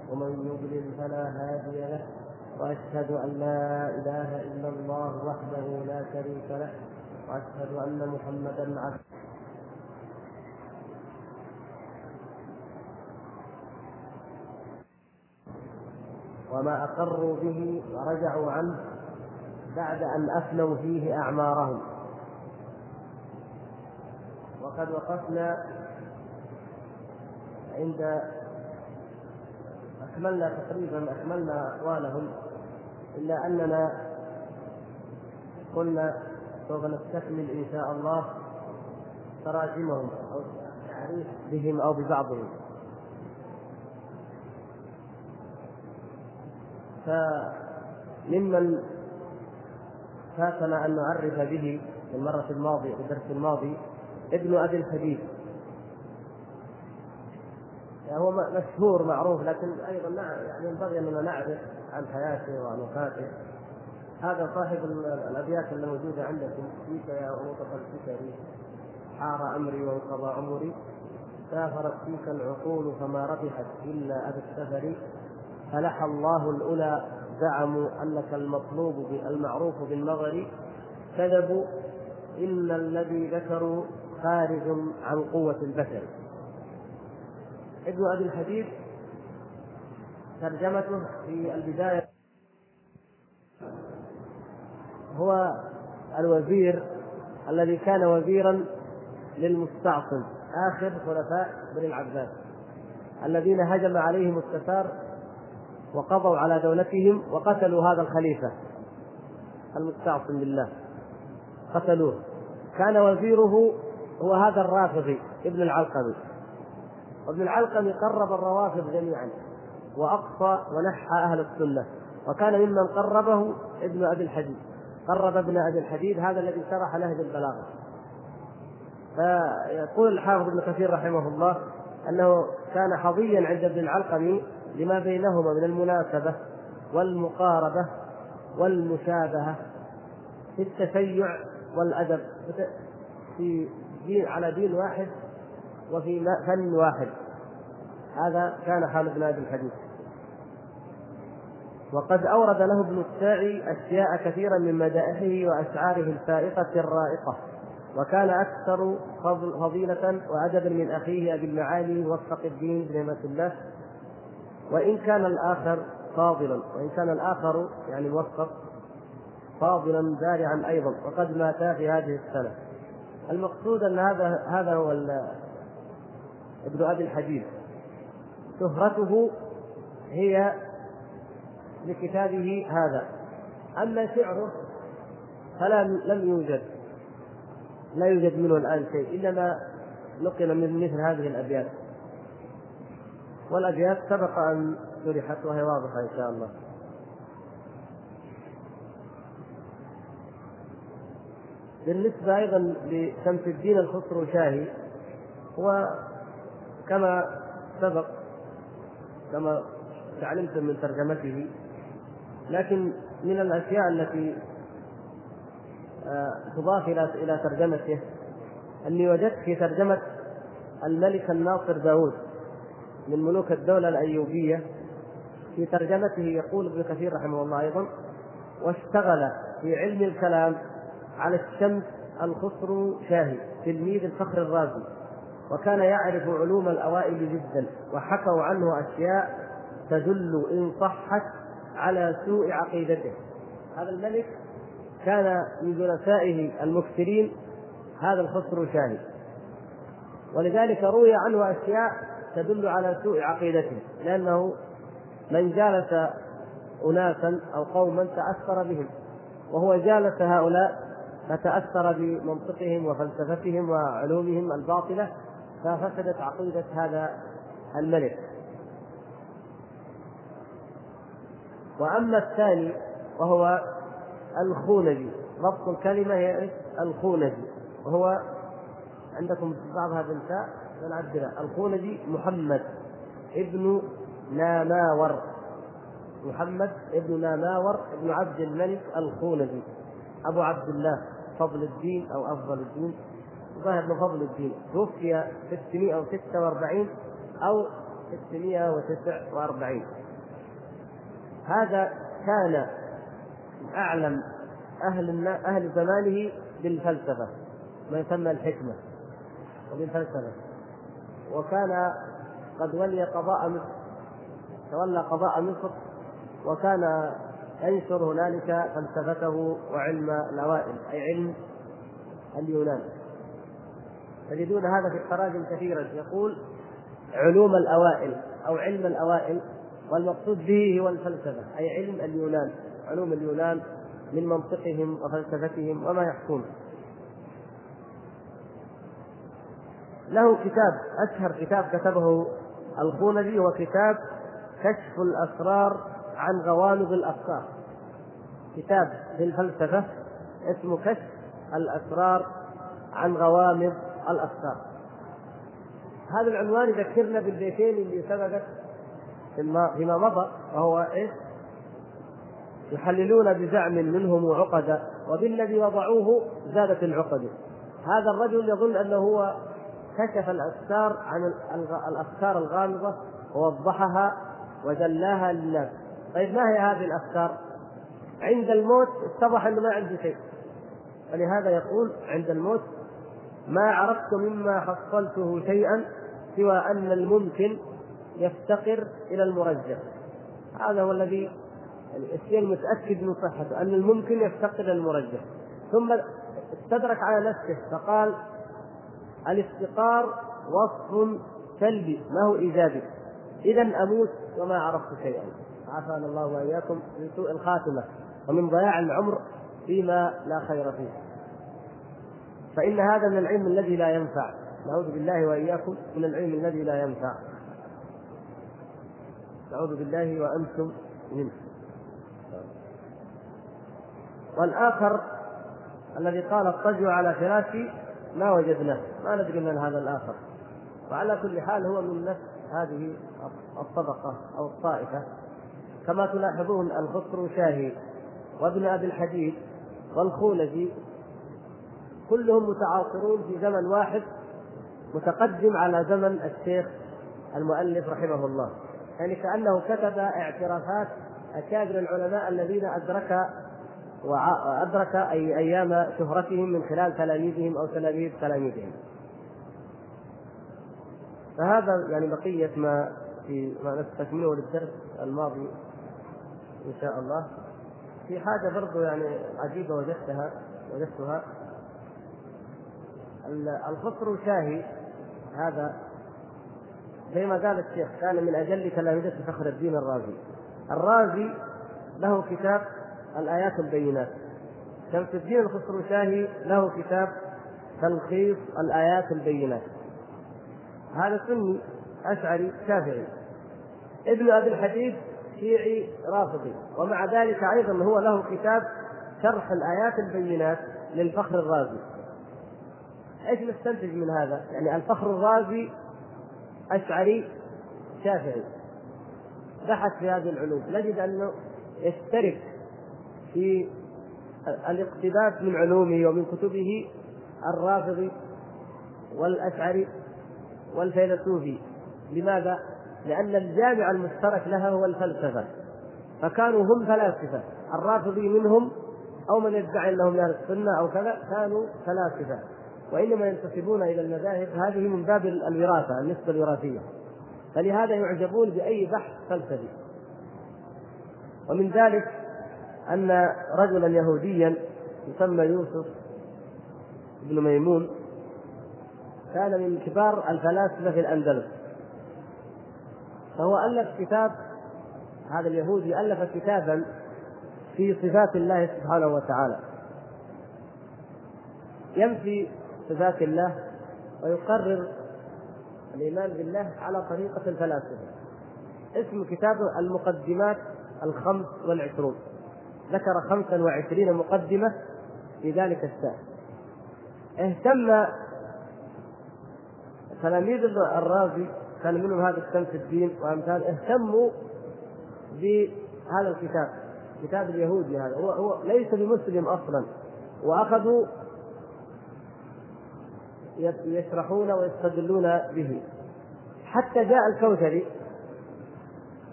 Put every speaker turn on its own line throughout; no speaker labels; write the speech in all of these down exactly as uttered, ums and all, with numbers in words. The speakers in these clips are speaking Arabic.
ومن يضلل فلا هادي له، وأشهد أن لا إله إلا الله وحده لا شريك له، وأشهد أن محمدا عبده وما أقروا به ورجعوا عنه بعد أن أفنوا فيه أعمارهم. وقد وقفنا عند أكملنا تقريبا أكملنا أقوالهم، إلا أننا قلنا سوف نستكمل إن شاء الله تراجمهم أو التعريف بهم أو ببعضهم. فممن فاتنا أن نعرف به في المرة الماضية في الدرس الماضي ابن أبي الحديد، يعني هو مشهور معروف، لكن أيضا يعني ينبغي أننا نعرف عن حياته وعن وفاته. هذا صاحب الأبيات الموجودة عندكم: فيك يا أوطة الفكر حار أمري وانقضى عمري، سافرت فيك العقول فما ربحت إلا أبي السفر، فلح الله الأولى زعموا أنك المطلوب المعروف بالنظر، كذبوا إن الذي ذكروا خارج عن قوة البشر. ابن أبي الحديد ترجمته في البداية: هو الوزير الذي كان وزيرا للمستعصم آخر خلفاء بني العباس الذين هجم عليهم التتار وقضوا على دولتهم وقتلوا هذا الخليفة المستعصم بالله، قتلوه. كان وزيره هو هذا الرافضي ابن العلقمي، وابن العلقمي قرب الروافض جميعا وأقصى ونحى أهل السنة، وكان ممن قربه ابن أبي الحديد، قرب ابن أبي الحديد هذا الذي شرح نهج البلاغة. فيقول الحافظ ابن كثير رحمه الله أنه كان حظيا عند ابن العلقمي لما بينهما من المناسبة والمقاربة والمشابهة في التشيع والأدب، في دين على دين واحد وفي فن واحد. هذا كان حال ابن أبي الحديد. وقد أورد له ابن الساعي أشياء كثيرا من مدائحه وأشعاره الفائقة الرائقة، وكان أكثر فضيلة وأدبا من أخيه أبي المعالي موفق الدين بن نعمة الله، وإن كان الآخر فاضلا وإن كان الآخر يعني موفق فاضلا بارعا أيضا، وقد مات في هذه السنة. المقصود أن هذا هذا هو ابن أبي الحديد. شهرته هي لكتابه هذا، أما شعره فلا لم يوجد لا يوجد منه الآن شيء إلا ما نقل من مثل هذه الأبيات، والأبيات سبق أن شرحت وهي واضحة إن شاء الله. بالنسبة أيضا لشمس الدين الخسروشاهي، هو كما سبق كما تعلمتم من ترجمته، لكن من الأشياء التي تضاف إلى ترجمته أني وجدت في ترجمة الملك الناصر داود من ملوك الدولة الأيوبية، في ترجمته يقول ابن كثير رحمه الله أيضا: واشتغل في علم الكلام على الشمس الخسروشاهي تلميذ الفخر الرازي، وكان يعرف علوم الأوائل جدا، وحكوا عنه أشياء تدل إن صحت على سوء عقيدته. هذا الملك كان من جلسائه المكثرين هذا الخسروشاهي، ولذلك روي عنه أشياء تدل على سوء عقيدته، لأنه من جالس أناسا أو قوما تأثر بهم، وهو جالس هؤلاء فتأثر بمنطقهم وفلسفتهم وعلومهم الباطلة، ففسدت عقيدة هذا الملك. وأما الثاني وهو الخونجي، ضبط الكلمة هي الخونجي، وهو عندكم بعضها بالتاء ونعدلها: الخونجي محمد ابن ناماور، محمد ابن ناماور ابن عبد الملك الخونجي أبو عبد الله فضل الدين أو أفضل الدين، ظاهر بن فضل الدين، توفي ستمائة وستة وأربعين أو ستمائة وتسعة وأربعين. هذا كان أعلم أهل أهل زمانه بالفلسفة، ما يسمى الحكمة وبالفلسفة، وكان قد ولي قضاء مصر، تولى قضاء مصر، وكان ينشر هنالك فلسفته وعلم الأوائل أي علم اليونان. تجدون هذا في التراجم كثيرا، يقول علوم الأوائل أو علم الأوائل، والمقصود به هو الفلسفة أي علم اليونان، علوم اليونان من منطقهم وفلسفتهم وما يحكون. له كتاب أشهر كتاب كتبه الخونجي، هو كتاب كشف الأسرار عن غوامض الأفكار، كتاب في الفلسفة اسمه كشف الأسرار عن غوامض الأفكار. هذا العنوان يذكرنا بالبيتين اللي سبقت فيما مضى، وهو إيه؟ يحللون بزعم منهم عقدا وبالذي وضعوه زادت العقد. هذا الرجل يظن أنه هو كشف الأسرار عن الأفكار الغامضة ووضحها وجلاها للناس. طيب ما هي هذه الأفكار؟ عند الموت اتضح أنه ما عنده شيء، ولهذا يقول عند الموت ما عرفت مما حصلته شيئا سوى أن الممكن يفتقر إلى المرجح. هذا هو الذي الشيء المتأكد من صحته، أن الممكن يفتقر إلى المرجح. ثم استدرك على نفسه فقال الافتقار وصف سلبي ما هو إيجابي، إذن أموت وما عرفت شيئا. عافانا الله وإياكم من سوء الخاتمة ومن ضياع العمر فيما لا خير فيه. فإن هذا من العلم الذي لا ينفع، نعوذ بالله وإياكم من العلم الذي لا ينفع، نعوذ بالله وأنتم منه. والآخر الذي قال اضطجعوا على فراشي ما وجدناه، ما ندري من هذا الآخر، وعلى كل حال هو من نفس هذه الطبقة أو الطائفة. كما تلاحظون الخسروشاهي وابن أبي الحديد والخولجي كلهم متعاصرون في زمن واحد متقدم على زمن الشيخ المؤلف رحمه الله، يعني كأنه كتب اعترافات أكابر العلماء الذين أدرك وأدرك أي أيام شهرتهم من خلال تلاميذهم أو تلاميذ تلاميذهم. فهذا يعني بقية ما في ما نستكمله للدرس الماضي إن شاء الله. في حاجة برضو يعني عجيبة وجدتها وجدتها الخسروشاهي هذا زي ما قال الشيخ كان من أجل تلاميذ فخر الدين الرازي. الرازي له كتاب الآيات البينات، شمس الدين الخسروشاهي له كتاب تلخيص الآيات البينات. هذا سني أشعري شافعي. ابن أبي الحديد شيعي رافضي، ومع ذلك أيضا هو له كتاب شرح الآيات البينات للفخر الرازي. ايش نستنتج من هذا؟ يعني الفخر الرازي أشعري شافعي بحث في هذه العلوم، نجد أنه يشترك في الاقتباس من علومه ومن كتبه الرافضي والأشعري والفيلسوفي. لماذا؟ لأن الجامع المشترك لها هو الفلسفة، فكانوا هم فلاسفة، الرافضي منهم أو من يدعي أنهم من أهل السنة أو كذا كانوا فلاسفة، وإنما ينتسبون إلى المذاهب هذه من باب الوراثة، النسبة الوراثية، فلهذا يعجبون بأي بحث فلسفي. ومن ذلك أن رجلا يهوديا يسمى يوسف بن ميمون كان من كبار الفلاسفة في الأندلس، فهو ألف كتاب، هذا اليهودي ألف كتابا في صفات الله سبحانه وتعالى، ينفي صفات الله ويقرر الإيمان بالله على طريقة الفلاسفة. اسم كتابه المقدمات الخمس والعشرون، ذكر خمسا وعشرين مقدمة في ذلك الشأن. اهتم تلاميذ الرازي كان منهم هذا شمس الدين وأمثال، اهتموا بهذا الكتاب، كتاب اليهودي هذا، هو, هو ليس بمسلم أصلا، وأخذوا يشرحون ويستدلون به، حتى جاء الكوثري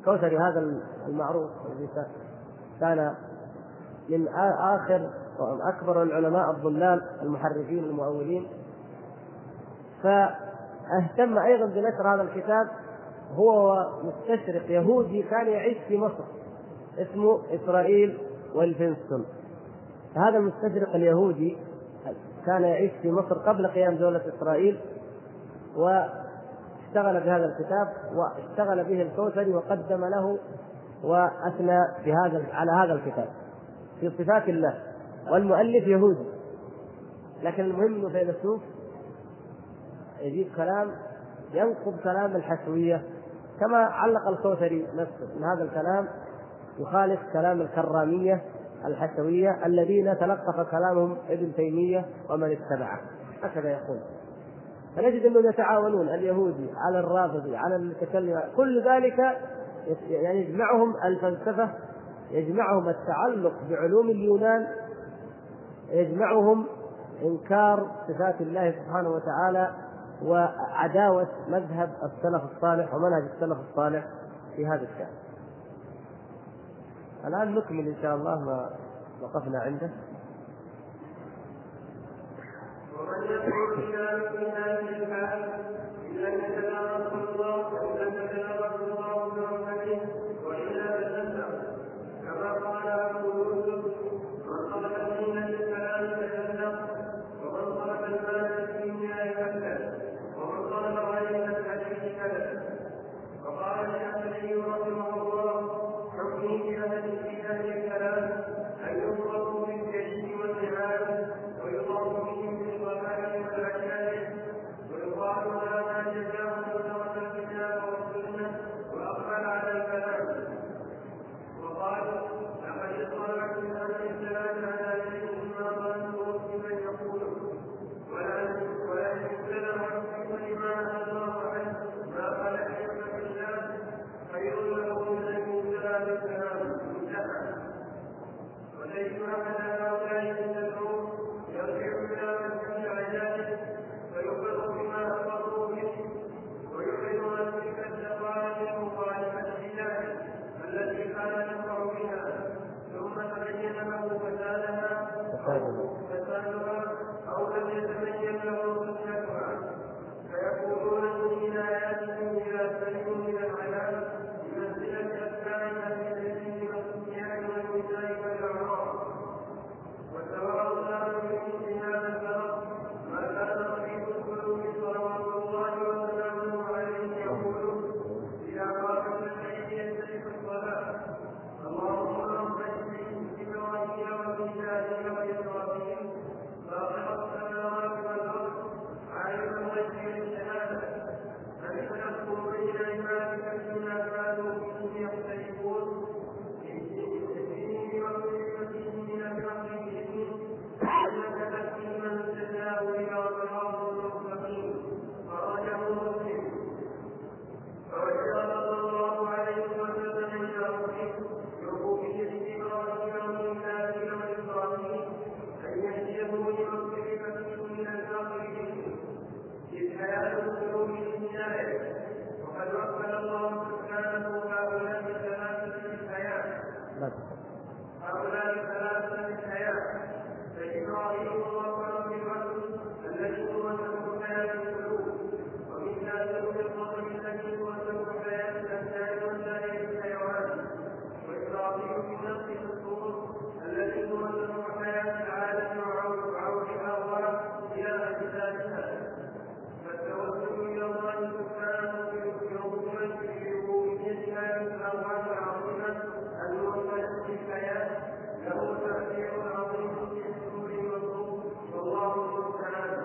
الكوثري هذا المعروف الذي كان من آخر وأكبر العلماء الضلال المحرفين المؤولين، فاهتم أيضا بنشر هذا الكتاب. هو مستشرق يهودي كان يعيش في مصر اسمه إسرائيل ويلفنستون. هذا المستشرق اليهودي كان يعيش في مصر قبل قيام دولة إسرائيل، واشتغل بهذا الكتاب واشتغل به الكوثري وقدم له وأثنى بهذا على هذا الكتاب في صفات الله، والمؤلف يهودي، لكن المهم انه فيلسوف يجيب كلام ينقض كلام الحشوية، كما علق الكوثري نفسه ان هذا الكلام يخالف كلام الكرامية الحشوية الذين تلقف كلامهم ابن تيمية ومن اتبعه، هكذا يقول. فنجد انهم يتعاونون، اليهودي على الرافضي على المتكلم، كل ذلك يعني يجمعهم الفلسفة، يجمعهم التعلق بعلوم اليونان، يجمعهم إنكار صفات الله سبحانه وتعالى وعداوة مذهب السلف الصالح ومنهج السلف الصالح في هذا الشأن. الآن نكمل إن شاء الله ما وقفنا عنده.
ومن يقول إلى في هذه الحال إلا أن يتلاوى الله وإلا تتلاوى الله برحمته وإلا تتنزع، كما قال أبو يوسف: من طلب الدين للكلام تكلم، ومن طلب المال في الدنيا يكلم، ومن طلب غير الحديث كلم. وقال الشافعي رحمه الله: حكمي بأهل في أهل الكلام أن يفرطوا بالكذب والجهال ويضاف بهم بالضلال والعشاء، ويقال لا ما جزاه ترك الكتاب والسنة وأقبل على الكلام. وقال: لقد اطلعت من أهل الكلام على شيء ما ظننت بمن يقوله، ولا يبتلى في كل ما أنزل الله عنه ما قال أحبة الله خير له من أن يبتلى بالكلام انتهى. وليس أحد هؤلاء يدعو يرجع إلى مسجد عجائب فيخبر بما أخبروا به ويعلن عن تلك الدقائق المخالفة لله التي كان يقع بها، ثم تبين له فسادها فسادها أو لم يتبين له سنتها، فيقولون من آياتهم إذا سلموا من العذاب بمنزلة أتباعها من الجن والصبيان والنساء والأعراض. وسواء كان في هذا الفرق ما كان رفيق القلوب صلوات الله وسلامه عليه يقول إذا قامت الليل يستحق الصلاة: اللهم رب إبراهيم وميكائيل وإسرافيل فاطر السماوات والأرض عالم الغيب والشهادة أنت تحكم بين عبادك فيما كانوا فيه يختلفون من الحق انك تهدي من تشاء الى صراط مستقيم. خرجه مسلم. فوجه صلى الله عليه وسلم الى ربه بربوبيه ابراهيم وميكائيل واسرائيل ان يهديه لمغفر فيه من الكافرين اذ حياه القلوب للهدايه، وقد وكل الله سبحانه هؤلاء الثلاثه بالحياه هؤلاء الثلاثة من حياة. فإبراهيم وقال بالرجل الذي هو سبب حياة القلوب، وميكائيل بالقدر الذي هو سبب حياة الأبدان وسائر الحيوان، وإبراهيم بالنفس الصور الذي هو سبب حياة العالم وعودها إلى أجسادها. فالتوسل إلى الله سبحانه بربوبيتها الأرواح العظيمة الموصلة بالحياة له تأثير عظيم في حصول المطلوب، والله المستعان.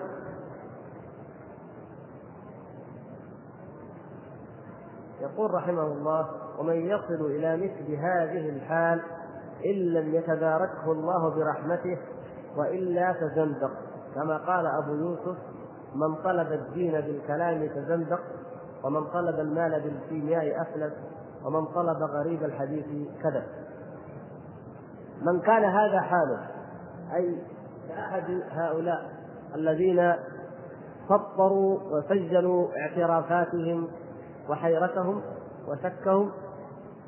يقول رحمه الله: ومن يصل إلى مثل هذه الحال إن لم يتداركه الله برحمته وإلا تزندق، كما قال أبو يوسف: من طلب الدين بالكلام تزندق، ومن طلب المال بالكيمياء أفلس، ومن طلب غريب الحديث كذب. من كان هذا حاله، أي كأحد هؤلاء الذين فطروا وسجلوا اعترافاتهم وحيرتهم وشكهم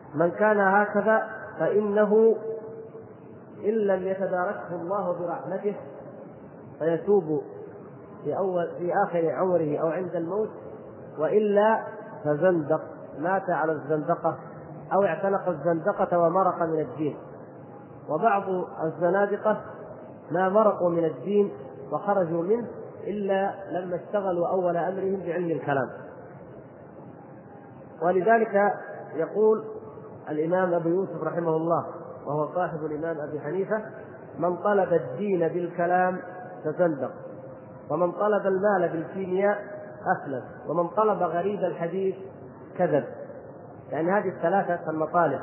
من كان هكذا فإنه إن لم يتداركه الله برحمته فيتوب في أول في آخر عمره أو عند الموت، وإلا فزندق، مات على الزندقة أو اعتنق الزندقة ومرق من الدين. وبعض الزنادقة ما مرقوا من الدين وخرجوا منه إلا لما اشتغلوا أول أمرهم بعلم الكلام. ولذلك يقول الإمام أبو يوسف رحمه الله وهو صاحب الإمام أبي حنيفة: من طلب الدين بالكلام فزندق، ومن طلب المال بالكيمياء أفلس، ومن طلب غريب الحديث كذب. يعني هذه الثلاثة المطالب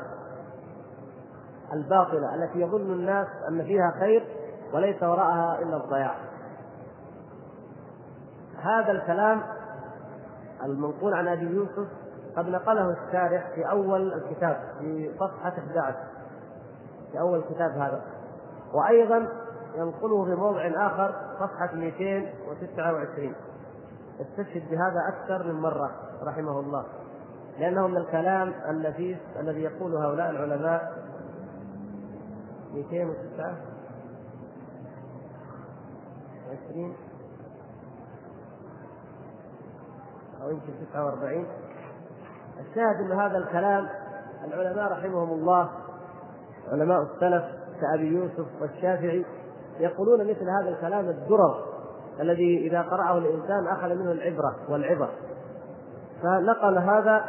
الباطلة التي يظن الناس أن فيها خير وليس وراءها إلا الضياع. هذا الكلام المنقول عن أبي يوسف قد نقله الشارح في أول الكتاب في صفحة أحد عشر في أول الكتاب هذا، وأيضا ينقله في موضع آخر صفحة مئتين وتسعة وعشرين. استشهد بهذا أكثر من مرة رحمه الله، لأنه من الكلام النفيس الذي يقوله هؤلاء العلماء. مئتين وتسعة وعشرين أو يمكن تسعة وأربعين. الشاهد أن هذا الكلام العلماء رحمهم الله، علماء السلف كأبي يوسف والشافعي، يقولون مثل هذا الكلام الدرر الذي إذا قرأه الإنسان أخذ منه العبرة والعبر. فنقل هذا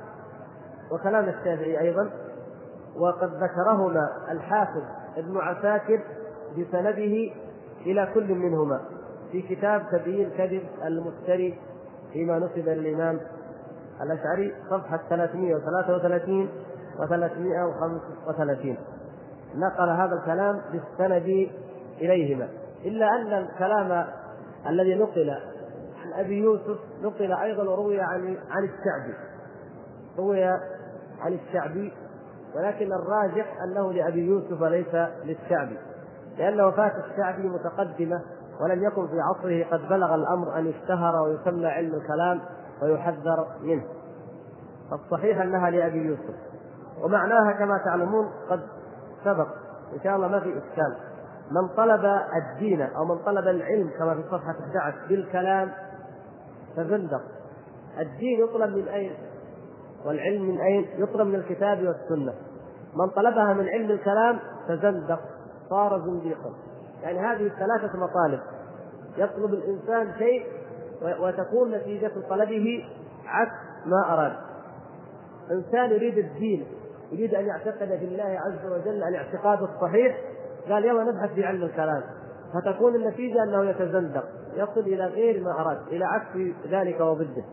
وكلام الشافعي أيضا، وقد ذكرهما الحافظ ابن عساكر بسنده إلى كل منهما في كتاب تبيين كذب المفتري فيما نسب للإمام الأشعري صفحة ثلاثمائة وثلاثة وثلاثين وثلاثمائة وخمسة وثلاثين. نقل هذا الكلام بالسند إليهما، إلا أن الكلام الذي نقل عن أبي يوسف نقل أيضا وروي عن عن الشعبي روي عن الشعبي ولكن الراجح أنه لأبي يوسف ليس للشعبي، لأن وفاة الشعبي متقدمة ولم يكن في عصره قد بلغ الأمر أن يشتهر ويسمى علم الكلام ويحذر منه. فالصحيح أنها لأبي يوسف، ومعناها كما تعلمون قد سبق إن شاء الله ما في إشكال. من طلب الدين أو من طلب العلم كما في صفحة أحد عشر بالكلام فزندق. الدين يطلب من أين؟ والعلم من أين؟ يطلب من الكتاب والسنة. من طلبها من علم الكلام فزندق، صار زنديقا. يعني هذه الثلاثة مطالب، يطلب الإنسان شيء وتكون نتيجة طلبه عكس ما أراد. إنسان يريد الدين، يريد أن يعتقد في الله عز وجل الاعتقاد الصحيح، قال يلا نبحث في علم الكلام، فتكون النتيجة أنه يتزندق، يصل إلى غير ما أراد، إلى عكس ذلك وضده،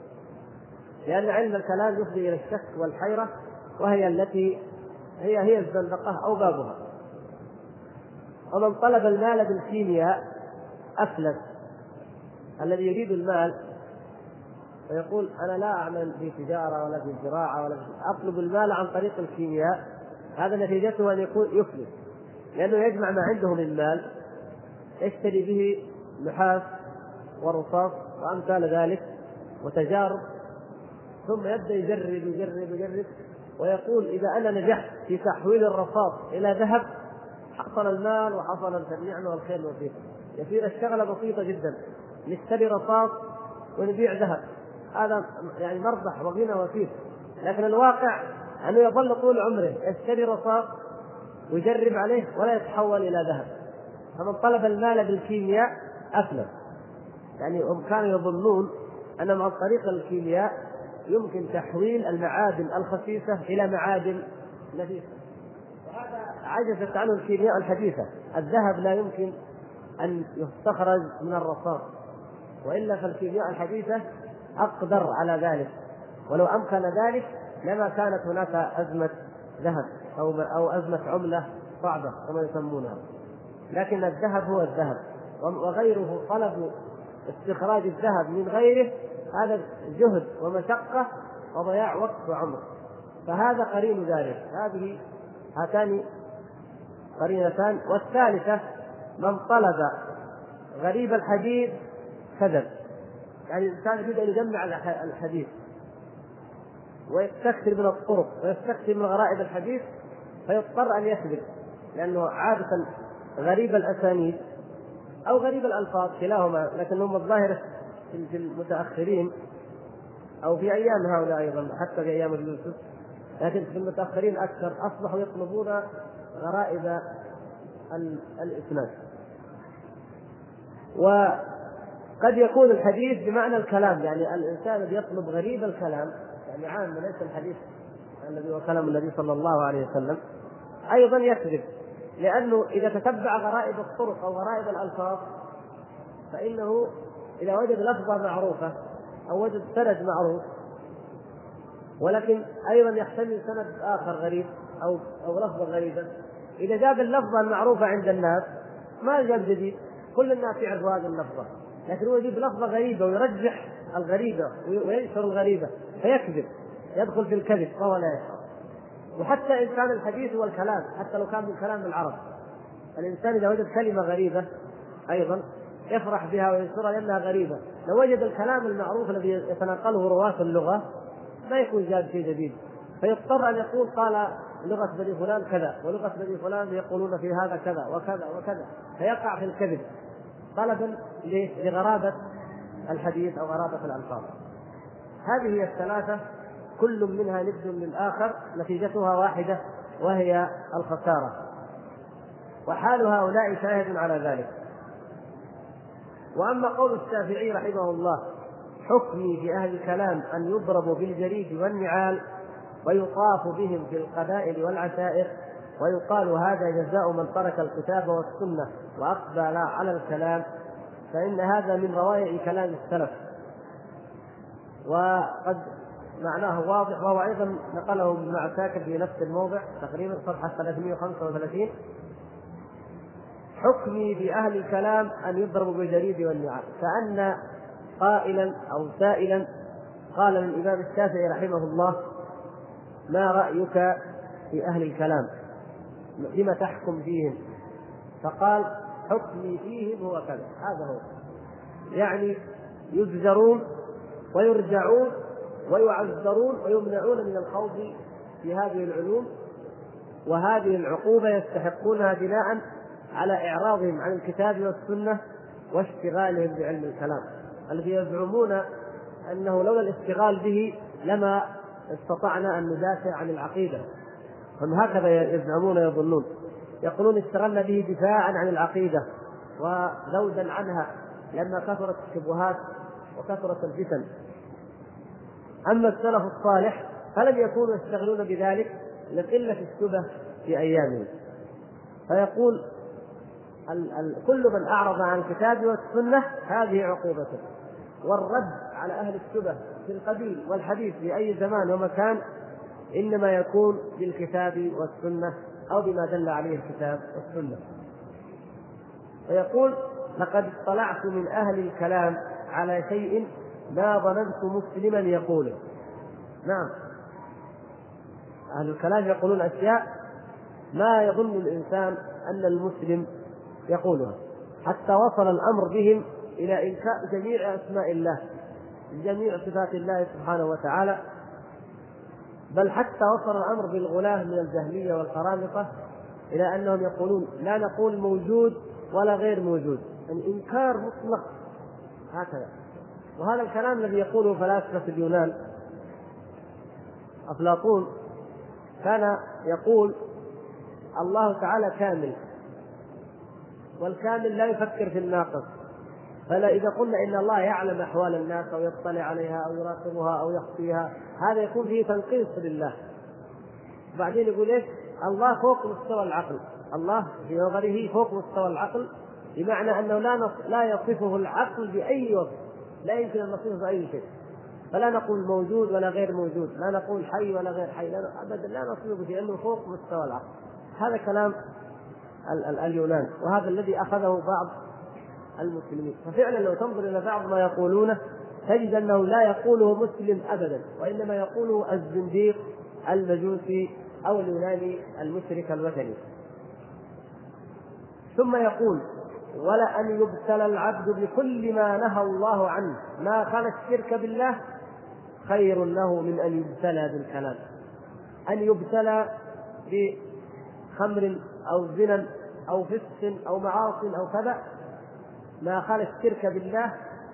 لأن علم الكلام يفضي إلى الشك والحيرة، وهي التي هي هي الزندقة أو بابها. ومن طلب المال بالكيمياء أفلس. الذي يريد المال ويقول أنا لا أعمل في تجارة ولا في زراعة ولا في أطلب المال عن طريق الكيمياء، هذا نتيجته أن يكون يفلس، لأنه يجمع ما عنده من مال يشتري به نحاس ورصاص وأمثال ذلك وتجارب، ثم يبدأ يجرب يجرب يجرب ويقول إذا أنا نجحت في تحويل الرصاص إلى ذهب حصل المال وحصل النعمة والخير والبركة. يصير الشغلة بسيطة جدا، نشتري رصاص ونبيع ذهب، هذا يعني مربح وغنى وفير. لكن الواقع أنه يظل طول عمره يشتري رصاص ويجرب عليه ولا يتحول إلى ذهب. فمن طلب المال بالكيمياء أفلس. يعني هم كانوا يظنون أن عن طريق الكيمياء يمكن تحويل المعادن الخسيسة إلى معادن نفيسة، وهذا عجزت عنه الكيمياء الحديثة. الذهب لا يمكن أن يستخرج من الرصاص، وإلا فالكيمياء الحديثة أقدر على ذلك، ولو أمكن ذلك لما كانت هناك أزمة ذهب أو أو أزمة عملة صعبة كما يسمونها. لكن الذهب هو الذهب، وغيره طلب استخراج الذهب من غيره هذا جهد ومشقة وضياع وقت وعمر، فهذا قرين ذلك. هذه هاتان قرينتان. والثالثة من طلب غريب الحديث كذب. يعني الإنسان يريد أن يجمع الحديث ويستكثر من الطرق ويستكثر من غرائب الحديث، فيضطر أن يكذب، لأنه عادة غريب الأسانيد أو غريب الألفاظ كلاهما، لكنهم الظاهر في المتأخرين أو في أيام هؤلاء أيضا حتى في أيام يوسف، لكن في المتأخرين أكثر أصبحوا يطلبون غرائب الإسناد. وقد يكون الحديث بمعنى الكلام، يعني الإنسان الذي يطلب غريب الكلام يعني عام ليس الحديث الذي هو كلام النبي صلى الله عليه وسلم أيضا يكذب، لأنه إذا تتبع غرائب الطرق أو غرائب الألفاظ فإنه إذا وجد لفظة معروفة أو وجد سند معروف ولكن أيضا يحتمل سند آخر غريب أو أو لفظة غريبة، إذا جاب اللفظة المعروفة عند الناس ما جاب جديد، كل الناس يعرفوا هذه اللفظة، لكن هو يجيب لفظة غريبة ويرجح الغريبة وينشر الغريبة فيكذب، يدخل في الكذب وهو لا يشعر. وحتى إن كان الحديث هو الكلام، حتى لو كان من كلام العرب، الإنسان إذا وجد كلمة غريبة أيضا يفرح بها وينشرها لأنها غريبة، لو وجد الكلام المعروف الذي يتناقله رواة اللغة ما يكون جاب شيء جديد، فيضطر أن يقول قال لغة بني فلان كذا ولغة بني فلان يقولون في هذا كذا وكذا وكذا، فيقع في الكذب طلبا لغرابة الحديث أو غرابة الألفاظ. هذه هي الثلاثة كل منها ند للآخر، نتيجتها واحدة وهي الخسارة، وحال هؤلاء شاهد على ذلك. وأما قول الشافعي رحمه الله حكمي في أهل الكلام أن يضربوا بالجريد والنعال ويطاف بهم في القبائل والعشائر ويقال هذا جزاء من ترك الكتاب والسنة وأقبل على الكلام، فإن هذا من روائع كلام السلف، وقد معناه واضح، وهو أيضا نقله ابن عساكر في نفس الموضع تقريبا صفحة ثلاثمائة وخمسة وثلاثين. حكمي بأهل الكلام أن يضربوا بالجريد والنعال، كأن قائلا أو سائلا قال للإمام الشافعي رحمه الله ما رأيك في أهل الكلام بما تحكم فيهم؟ فقال حكمي فيهم هو كذا، هذا هو، يعني يزجرون ويرجعون ويعذرون ويمنعون من الخوض في هذه العلوم، وهذه العقوبة يستحقونها بناء على إعراضهم عن الكتاب والسنة واشتغالهم بعلم الكلام الذي يزعمون أنه لولا الاشتغال به لما استطعنا أن ندافع عن العقيدة. هم هكذا يزعمون يظنون، يقولون اشتغلنا به دفاعا عن العقيدة وذودا عنها لما كثرت الشبهات وكثرت الفتن. أما السلف الصالح فلم يكونوا يشتغلون بذلك لقلة الشبه في أيامهم، فيقول ال ال كل من أعرض عن الكتاب والسنة هذه عقوبته، والرد على أهل الشبه في القديم والحديث في أي زمان ومكان إنما يكون بالكتاب والسنة أو بما دل عليه الكتاب والسنة. ويقول لقد اطلعت من أهل الكلام على شيء ما ظننت مسلما يقوله. نعم، أهل الكلام يقولون أشياء ما يظن الإنسان أن المسلم يقولها، حتى وصل الأمر بهم إلى إنكار جميع أسماء الله، جميع صفات الله سبحانه وتعالى، بل حتى وصل الأمر بالغلاة من الجهمية والقرامطة إلى أنهم يقولون لا نقول موجود ولا غير موجود، الإنكار مطلق هكذا. وهذا الكلام الذي يقوله فلاسفة اليونان، أفلاطون كان يقول الله تعالى كامل، والكامل لا يفكر في الناقص، فلا إذا قلنا إن الله يعلم أحوال الناس أو يطلع عليها أو يراقبها أو يخفيها هذا يكون فيه تنقيص لله. بعدين يقول إيش؟ الله فوق مستوى العقل، الله في نظره فوق مستوى العقل، بمعنى أنه لا نص... لا يصفه العقل بأي وصف، لا يمكن أن نصفه بأي شيء، فلا نقول موجود ولا غير موجود، لا نقول حي ولا غير حي، لا أبدا لا نصفه بشيء لأنه فوق مستوى العقل. هذا كلام ال... ال... اليونان، وهذا الذي أخذه بعض المسلمين. ففعلا لو تنظر إلى بعض ما يقولونه تجد أنه لا يقوله مسلم أبدا، وإنما يقوله الزنديق المجوسي أو اليوناني المشرك الوثني. ثم يقول ولا أن يبتلى العبد بكل ما نهى الله عنه ما كان الشرك بالله خير له من أن يبتلى بالكلام. أن يبتلى بخمر أو زنا أو فسق أو معاصي أو كذا ما خالف الشرك بالله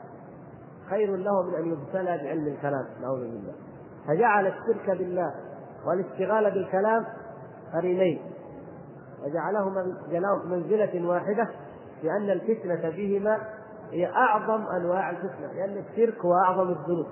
خير له من أن يبتلى بعلم الكلام، نعوذ بالله. فجعل الشرك بالله والاشتغال بالكلام قرينين، وجعلهما منزلة واحدة، لأن الفتنة بهما هي أعظم أنواع الفتنة، لأن الشرك هو أعظم الذنوب.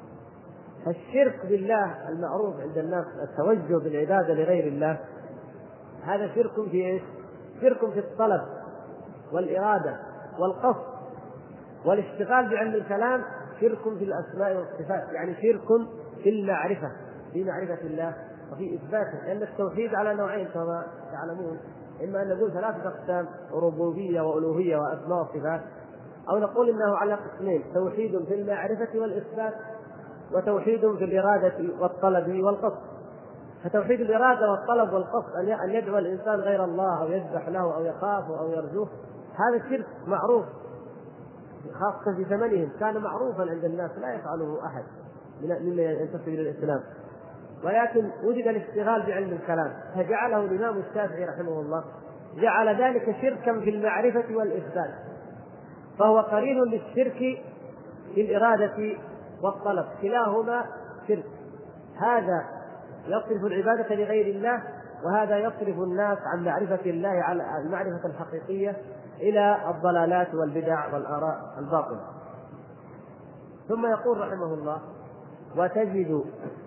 الشرك بالله المعروف عند الناس التوجه بالعبادة لغير الله، هذا شرك في إيش؟ شرك في الطلب والإرادة والقصد. والاشتغال بعلم الكلام شرك في الأسماء والصفات، يعني شرك في المعرفة، في معرفة الله وفي إثباته، لأن التوحيد على نوعين كما تعلمون، إما أن نقول ثلاثة أقسام: ربوبية وألوهية وأسماء وصفات، أو نقول إنه على قسمين: توحيد في المعرفة والإثبات، وتوحيد في الإرادة والطلب والقصد. فتوحيد الإرادة والطلب والقصد أن يدعو الإنسان غير الله أو يذبح له أو يخاف أو يرجوه، هذا شرك معروف خاصة في زمنهم، كان معروفا عند الناس لا يفعله أحد ممن ينتسب إلى الإسلام. ولكن وجد الاشتغال بعلم الكلام فجعله الإمام الشافعي رحمه الله، جعل ذلك شركا في المعرفة والإثبات، فهو قرين للشرك في الإرادة والطلب، كلاهما شرك. هذا يصرف العبادة لغير الله، وهذا يصرف الناس عن معرفة الله على المعرفة الحقيقية إلى الضلالات والبدع والآراء الباطلة. ثم يقول رحمه الله: وتجد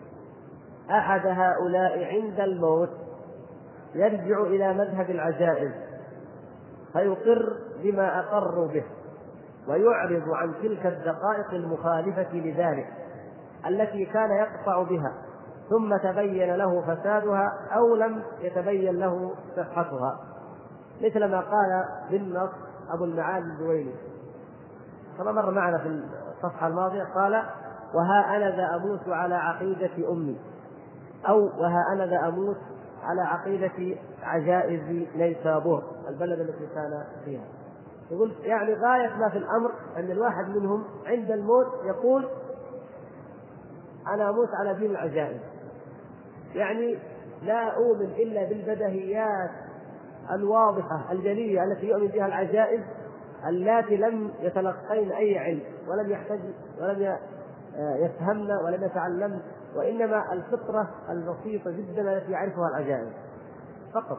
أحد هؤلاء عند الموت يرجع إلى مذهب العجائز فيقر بما أقروا به، ويعرض عن تلك الدقائق المخالفة لذلك التي كان يقطع بها، ثم تبين له فسادها أو لم يتبين له صحتها، مثل ما قال بالنص أبو المعالي الجويني كما مر معنا في الصفحة الماضية، قال: وها أنا ذا أموت على عقيدة أمي، أو وها أنا ذا أموت على عقيدة عجائز نيسابور البلد التي كان فيها. يقول يعني غاية ما في الأمر أن الواحد منهم عند الموت يقول: أنا أموت على دين العجائز، يعني لا أؤمن إلا بالبدهيات الواضحة الجلية التي يؤمن بها العجائز، التي لم يتلقين أي علم ولم يحتج ولم يفهمن ولم يتعلمن، وإنما الفطرة البسيطة جدا التي يعرفها العجائز فقط.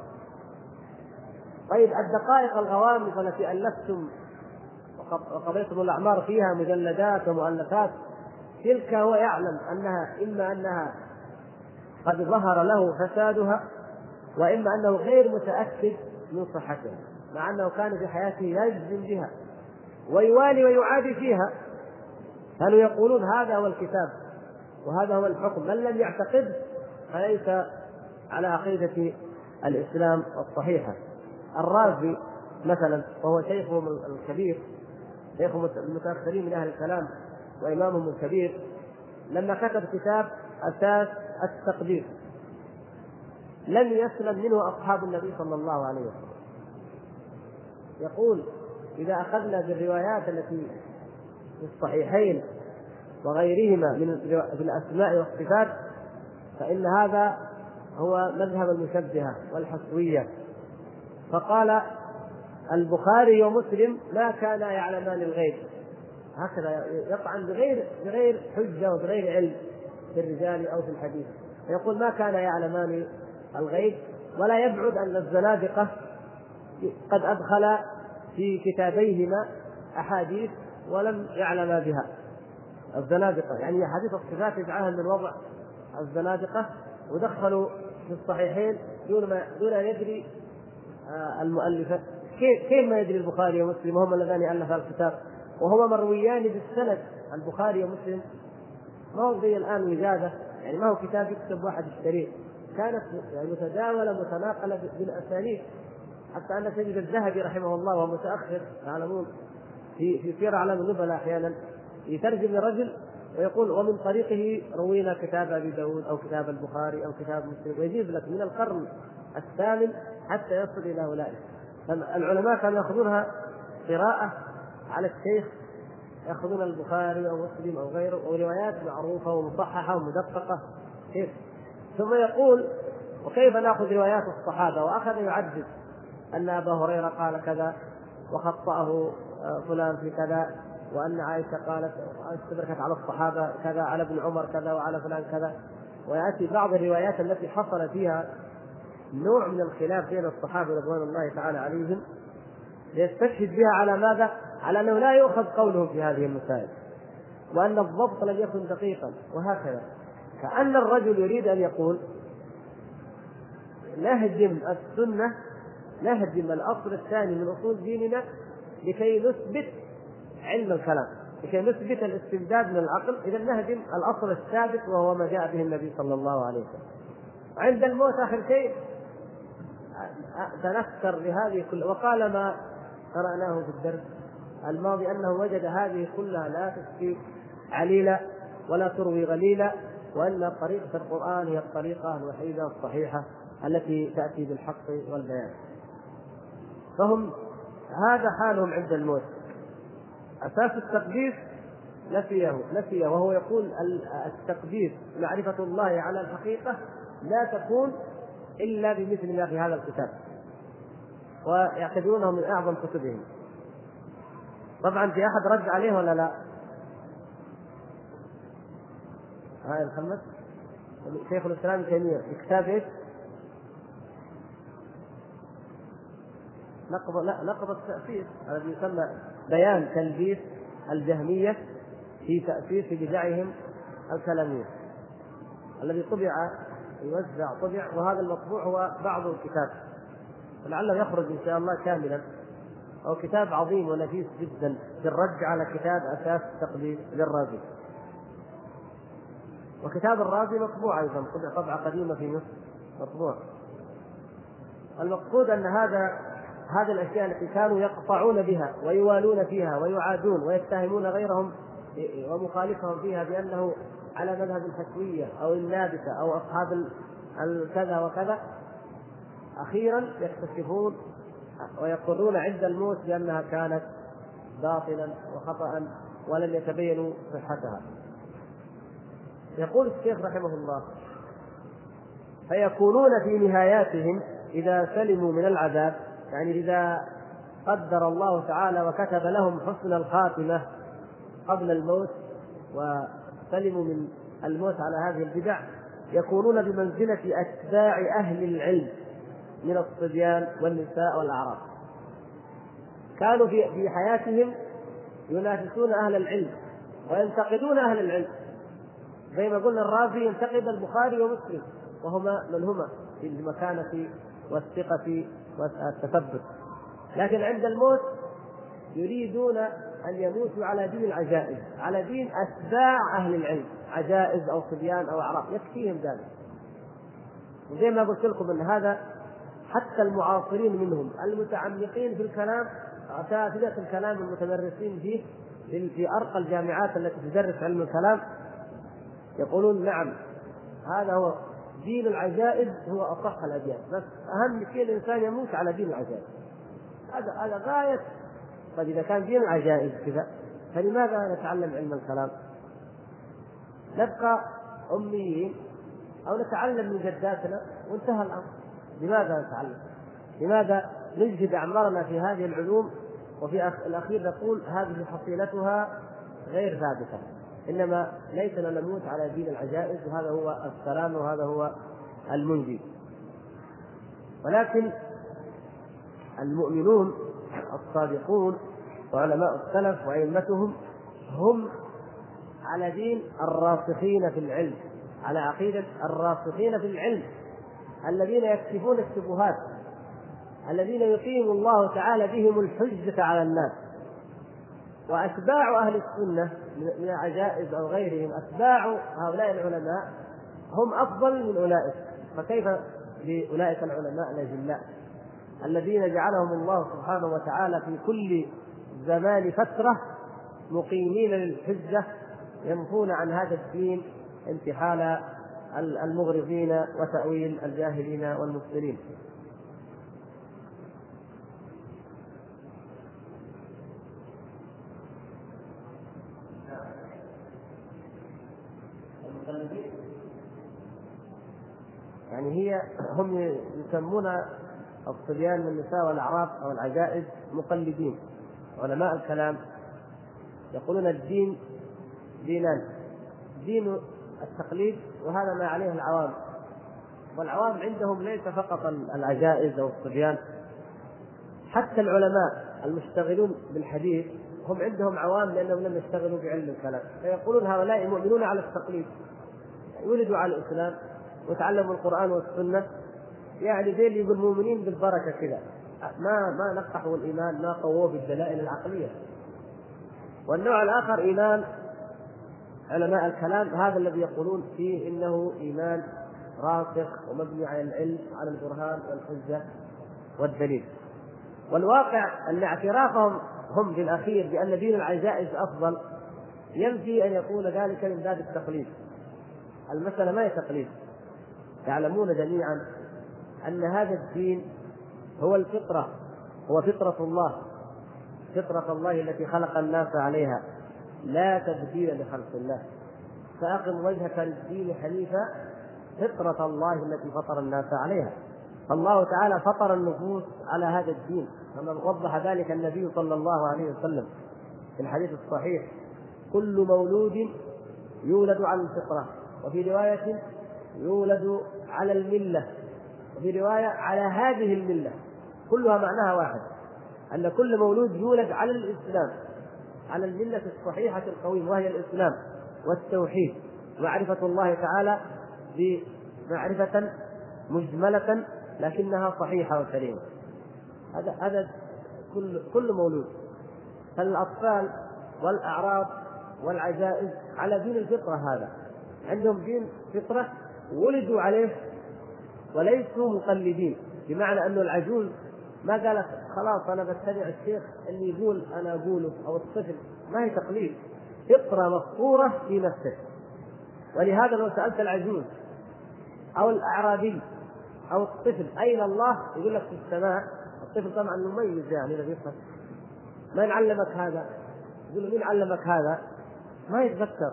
طيب الدقائق الغوامض التي ألفتم وقضيتم الأعمار فيها مجلدات ومؤلفات، تلك هو يعلم أنها إما أنها قد ظهر له فسادها، وإما أنه غير متأكد من صحتها، مع أنه كان في حياته يجزم بها ويوالي ويعادي فيها. كانوا يقولون هذا هو الكتاب وهذا هو الحكم، من لم يعتقد فليس على عقيدة الإسلام الصحيحة. الرازي مثلا وهو شيخهم الكبير، شيخ المتأخرين من أهل الكلام وإمامهم الكبير، لما كتب كتاب أساس التقدير لم يسلم منه أصحاب النبي صلى الله عليه وسلم. يقول: إذا أخذنا بالروايات التي في الصحيحين وغيرهما من الأسماء والصفات فإن هذا هو مذهب المشبهة والحصوية. فقال: البخاري ومسلم ما كانا يعلمان الغيب، هكذا يطعن بغير بغير حجة وبغير علم في الرجال أو في الحديث، يقول ما كان يعلمان الغيب. ولا يبعد أن الزنادقة قد أدخل في كتابيهما أحاديث ولم يعلم بها. الزنادقة يعني حديث الصفات يجعلها من وضع الزنادقة، ودخلوا في الصحيحين دون ما دون أن يدري المؤلفة. كيف ما يدري البخاري ومسلم وهم اللذان ألفا الكتاب وهما مرويان بالسند؟ البخاري ومسلم ما هو زي الآن وجادة، يعني ما هو كتاب يكتب واحد يشتريه، كانت يعني متداولة متناقلة بالأسانيد، حتى أن تجد الذهبي رحمه الله وهو متأخر تعلمون في في سير أعلام النبلاء أحيانا يترجم لرجل ويقول: ومن طريقه روينا كتاب أبي داود أو كتاب البخاري أو كتاب مسلم، ويجيب لك من القرن الثامن حتى يصل إلى أولئك. العلماء كانوا يأخذونها قراءة على الشيخ يأخذون البخاري أو مسلم أو غيره أو روايات معروفة ومصححة ومدققة كيف؟ ثم يقول وكيف نأخذ روايات الصحابة؟ وأخذ يعدد أن أبا هريرة قال كذا وخطأه فلان في كذا، وأن عائشة قالت استدركت على الصحابة كذا، على ابن عمر كذا، وعلى فلان كذا. ويأتي بعض الروايات التي حصل فيها نوع من الخلاف بين الصحابة رضوان الله تعالى عليهم ليستشهد بها على ماذا؟ على أنه لا يؤخذ قولهم في هذه المسائل، وأن الضبط لم يكن دقيقا، وهكذا. كأن الرجل يريد أن يقول نهدم السنة، نهدم الأصل الثاني من أصول ديننا لكي نثبت علم الكلام، لكي نثبت الاستمداد من العقل. إذا نهدم الأصل الثابت وهو ما جاء به النبي صلى الله عليه وسلم. عند الموت آخر شيء تنكر لهذه كلها، وقال ما قرأناه في الدرس الماضي أنه وجد هذه كلها لا تكفي عليلا ولا تروي غليلا، وأن طريقة القرآن هي الطريقة الوحيدة الصحيحة التي تأتي بالحق والبيان. فهم هذا حالهم عند الموت. أساس التقديس نفيه نفيه وهو يقول التقديس معرفة الله على الحقيقة لا تكون إلا بمثل ما في هذا الكتاب، ويعتبرونه من أعظم كتبهم. طبعا في أحد رد عليه ولا لا؟ هاي محمد شيخ الإسلام ابن تيمية في كتاب إيش؟ نقض لا نقض التأسيس الذي يسمى بيان تلبيس الجهمية في تأسيس بدعهم الكلامية، الذي طبع يوزع طبع، وهذا المطبوع هو بعض الكتاب، ولعله يخرج إن شاء الله كاملا، أو كتاب عظيم ونفيس جدا في الرد على كتاب أساس التقديس للرازي. وكتاب الرازي مطبوع أيضا، طبع طبعة قديمة في مصر مطبوع. المقصود أن هذا هذه الأشياء التي كانوا يقطعون بها ويوالون فيها ويعادون ويتهمون غيرهم ومخالفهم فيها بأنه على مذهب الحشوية أو النابتة أو أصحاب الكذا وكذا، أخيرا يكتشفون ويقرون عند الموت بأنها كانت باطلا وخطأ ولم يتبينوا صحتها. يقول الشيخ رحمه الله: فيكونون في نهاياتهم إذا سلموا من العذاب، يعني إذا قدر الله تعالى وكتب لهم حسن الخاتمة قبل الموت وسلموا من الموت على هذه البدع، يكونون بمنزلة أتباع أهل العلم من الصبيان والنساء والأعراف. كانوا في حياتهم ينافسون أهل العلم وينتقدون أهل العلم، زي ما قلنا الرازي ينتقد البخاري ومسلم وهما من هما في المكانة والثقة والتثبت، لكن عند الموت يريدون أن يموتوا على دين العجائز، على دين أتباع أهل العلم، عجائز أو صبيان أو أعراف، يكفيهم ذلك. وزي ما قلت لكم أن هذا حتى المعاصرين منهم المتعمقين في الكلام، أساتذة الكلام المتدرسين فيه في أرقى الجامعات التي تدرس علم الكلام، يقولون نعم هذا هو دين العجائز، هو أصح الأديان، بس أهم شيء الإنسان يموت على دين العجائز. هذا هذا غاية. طيب إذا كان دين العجائز كذا فلماذا نتعلم علم الكلام؟ نبقى أميين أو نتعلم من جداتنا وانتهى الأمر. لماذا نتعلم؟ لماذا نجهد أعمارنا في هذه العلوم وفي الأخير نقول هذه حصيلتها غير ثابتة؟ إنما ليسنا نموت على دين العجائز، وهذا هو السلام وهذا هو المنجي. ولكن المؤمنون الصادقون وعلماء السلف وأئمتهم هم على دين الراسخين في العلم، على عقيدة الراسخين في العلم الذين يكشفون الشبهات، الذين يقيم الله تعالى بهم الحجة على الناس. وأتباع أهل السنة من العجائز أو غيرهم، أتباع هؤلاء العلماء هم أفضل من أولئك. فكيف بأولئك العلماء الأجلاء الذين جعلهم الله سبحانه وتعالى في كل زمان فترة مقيمين للحجة ينفون عن هذا الدين انتحال المغرضين وتأويل الجاهلين والمبطلين. يعني هي هم يسمون الصبيان من النساء والأعراف أو العجائز مقلدين. علماء الكلام يقولون الدين دينان: دين التقليد، وهذا ما عليه العوام، والعوام عندهم ليس فقط العجائز أو الصبيان، حتى العلماء المشتغلون بالحديث هم عندهم عوام لأنهم لم يشتغلوا بعلم الكلام، فيقولون هؤلاء مؤمنون على التقليد، يولدوا على الإسلام وتعلموا القرآن والسنة، يعني ذي اللي يقول مؤمنين بالبركة كذا، ما ما نقحوا الإيمان، ما قووه بالدلائل العقلية. والنوع الآخر إيمان علماء الكلام، هذا الذي يقولون فيه إنه إيمان راسخ ومبني على العلم، على البرهان والحجة والدليل. والواقع أن اعترافهم هم بالأخير بأن دين العجائز أفضل ينفي أن يكون ذلك من باب التقليد. المسألة ما هي تقليد، يعلمون جميعا أن هذا الدين هو الفطرة، هو فطرة الله، فطرة الله التي خلق الناس عليها، لا تبديل لخلق الله. فأقم وجهك للدين حنيفا فطرة الله التي فطر الناس عليها. الله تعالى فطر النفوس على هذا الدين، كما وضح ذلك النبي صلى الله عليه وسلم في الحديث الصحيح: كل مولود يولد على الفطرة، وفي رواية يولد على الملة، وفي رواية على هذه الملة، كلها معناها واحد، أن كل مولود يولد على الإسلام، على الملة الصحيحة القويمة، وهي الإسلام والتوحيد، معرفة الله تعالى بمعرفة مجملة لكنها صحيحة وسليمة. هذا هذا كل كل مولود. فالأطفال والأعراض والعجائز على دين الفطرة، هذا عندهم دين فطرة ولدوا عليه وليسوا مقلدين، بمعنى أنه العجوز ما قالت خلاص أنا بتبع الشيخ اللي يقول أنا أقوله، أو الطفل، ما هي تقليد، فطرة مفطورة في نفسه. ولهذا لو سألت العجوز أو الأعرابي أو الطفل أين الله، يقول لك في السماء. الطفل طبعا مميز، يعني إذا يفهم ما يعلمك هذا، يقول مين علمك هذا؟ ما يتذكر،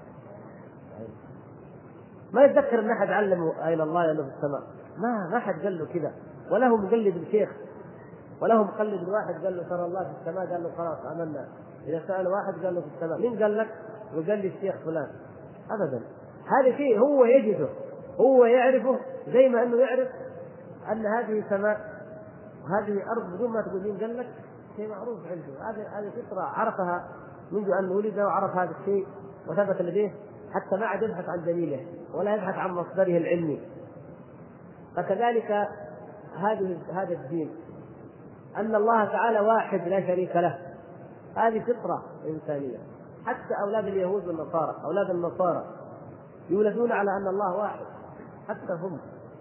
ما يتذكر ان احد علمه اين الله انه في السماء، ما ما حد قال له كذا، ولا هو مقلد الشيخ، ولا هو مقلد الواحد قال له ترى الله في السماء، قال له خلاص عملنا. اذا سأل واحد قال له في السماء، مين قال لك؟ وقال لي الشيخ فلان. ابدا، هذا شيء هو يجده، هو يعرفه، زي ما انه يعرف ان هذه سماء وهذه ارض بدون ما تقول مين قال لك، شيء معروف عنده. هذه هذه فطرة عرفها منذ ان ولد، وعرف هذا الشيء وثبت لديه، حتى ما عاد يبحث عن دليله ولا يبحث عن مصدره العلمي. فكذلك هذه هذا الدين، أن الله تعالى واحد لا شريك له، هذه فطرة إنسانية. حتى أولاد اليهود والنصارى، أولاد النصارى يولدون على أن الله واحد حتى هم،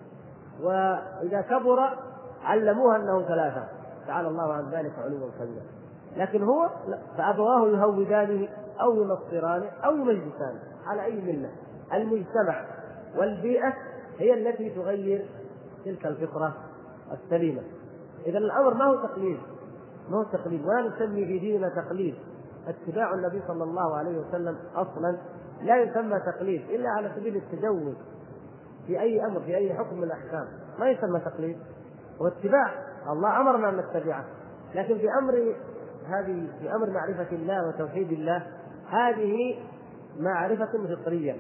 وإذا كبر علموها أنه ثلاثة، تعالى الله عن ذلك علوا كبيرا. لكن هو فأبواه يهودانه أو ينصرانه أو يمجسانه، على أي ملة. المجتمع والبيئة هي التي تغير تلك الفطرة السليمة. إذا الأمر ما هو تقليد، ما هو تقليد، ولا نسمي في ديننا تقليد. اتباع النبي صلى الله عليه وسلم أصلا لا يسمى تقليد إلا على سبيل التجوز في أي أمر، في أي حكم من الأحكام، ما يسمى تقليد. واتباع الله أمرنا أن نتبعه، لكن في أمر هذه في أمر معرفة الله وتوحيد الله، هذه معرفة فطرية.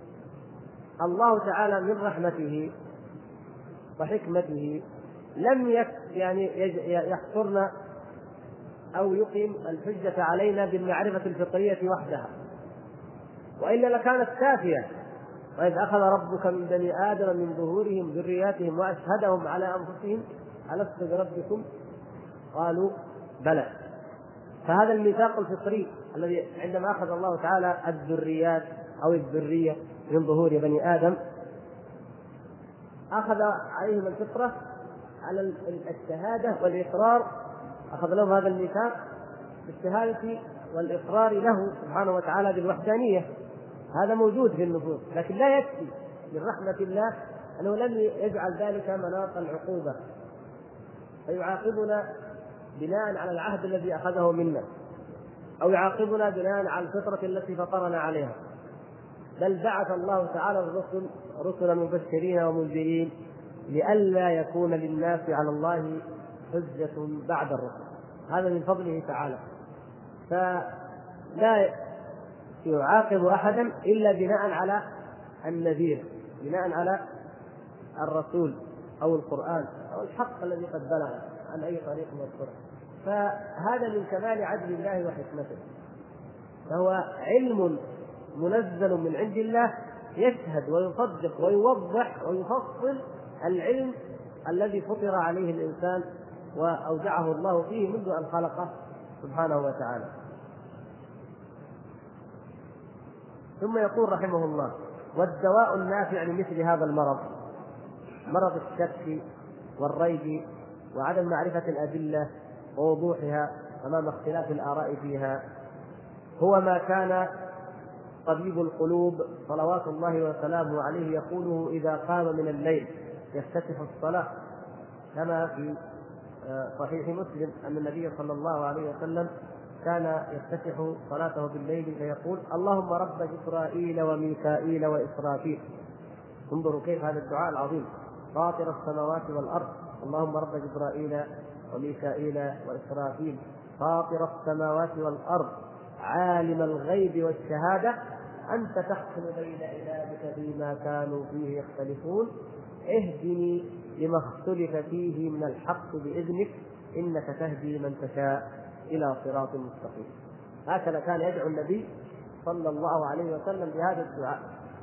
الله تعالى من رحمته وحكمته لم يك يعني يحصرنا أو يقيم الحجة علينا بالمعرفة الفطرية وحدها، وإلا لكانت كافية. وإذ أخذ ربك من بني آدم من ظهورهم ذرياتهم وأشهدهم على أنفسهم ألست بربكم قالوا بلى. فهذا الميثاق الفطري الذي عندما أخذ الله تعالى الذريات أو الذرية من ظهور بني آدم، أخذ عليهم الفطرة على الشهادة والإقرار، أخذ لهم هذا الميثاق بالشهادة والإقرار له سبحانه وتعالى بالوحدانية. هذا موجود في النفوس، لكن لا يكفي من رحمة الله أنه لم يجعل ذلك مناط العقوبة فيعاقبنا بناء على العهد الذي أخذه منا، أو يعاقبنا بناء على الفطرة التي فطرنا عليها. بل بعث الله تعالى الرسل رسلا مبشرين ومنذرين لئلا يكون للناس على الله حجة بعد الرسل. هذا من فضله تعالى، فلا يعاقب أحدا إلا بناء على النذير، بناء على الرسول أو القرآن أو الحق الذي قد بلغ عن أي طريق من الطرق. فهذا من كمال عدل الله وحكمته، فهو علم منزل من عند الله يشهد ويصدق ويوضح ويفصل العلم الذي فطر عليه الإنسان وأودعه الله فيه منذ أن خلقه سبحانه وتعالى. ثم يقول رحمه الله: والدواء النافع لمثل هذا المرض، مرض الشك والريب وعدم معرفة الأدلة ووضوحها أمام اختلاف الآراء فيها، هو ما كان طبيب القلوب صلوات الله وسلامه عليه يقوله إذا قام من الليل يفتتح الصلاة، كما في صحيح مسلم أن النبي صلى الله عليه وسلم كان يفتتح صلاته بالليل فيقول: اللهم رب جبرائيل وميكائيل وإسرافيل. انظروا كيف هذا الدعاء العظيم: فاطر السماوات والأرض، اللهم رب جبرائيل وميكائيل وإسرافيل، فاطر السماوات والأرض، عالم الغيب والشهادة، أنت تحكم بين عبادك فيما كانوا فيه يختلفون، اهدني لما اختلف فيه من الحق بإذنك، إنك تهدي من تشاء إلى صراط مستقيم. هكذا كان يدعو النبي صلى الله عليه وسلم بهذا الدعاء،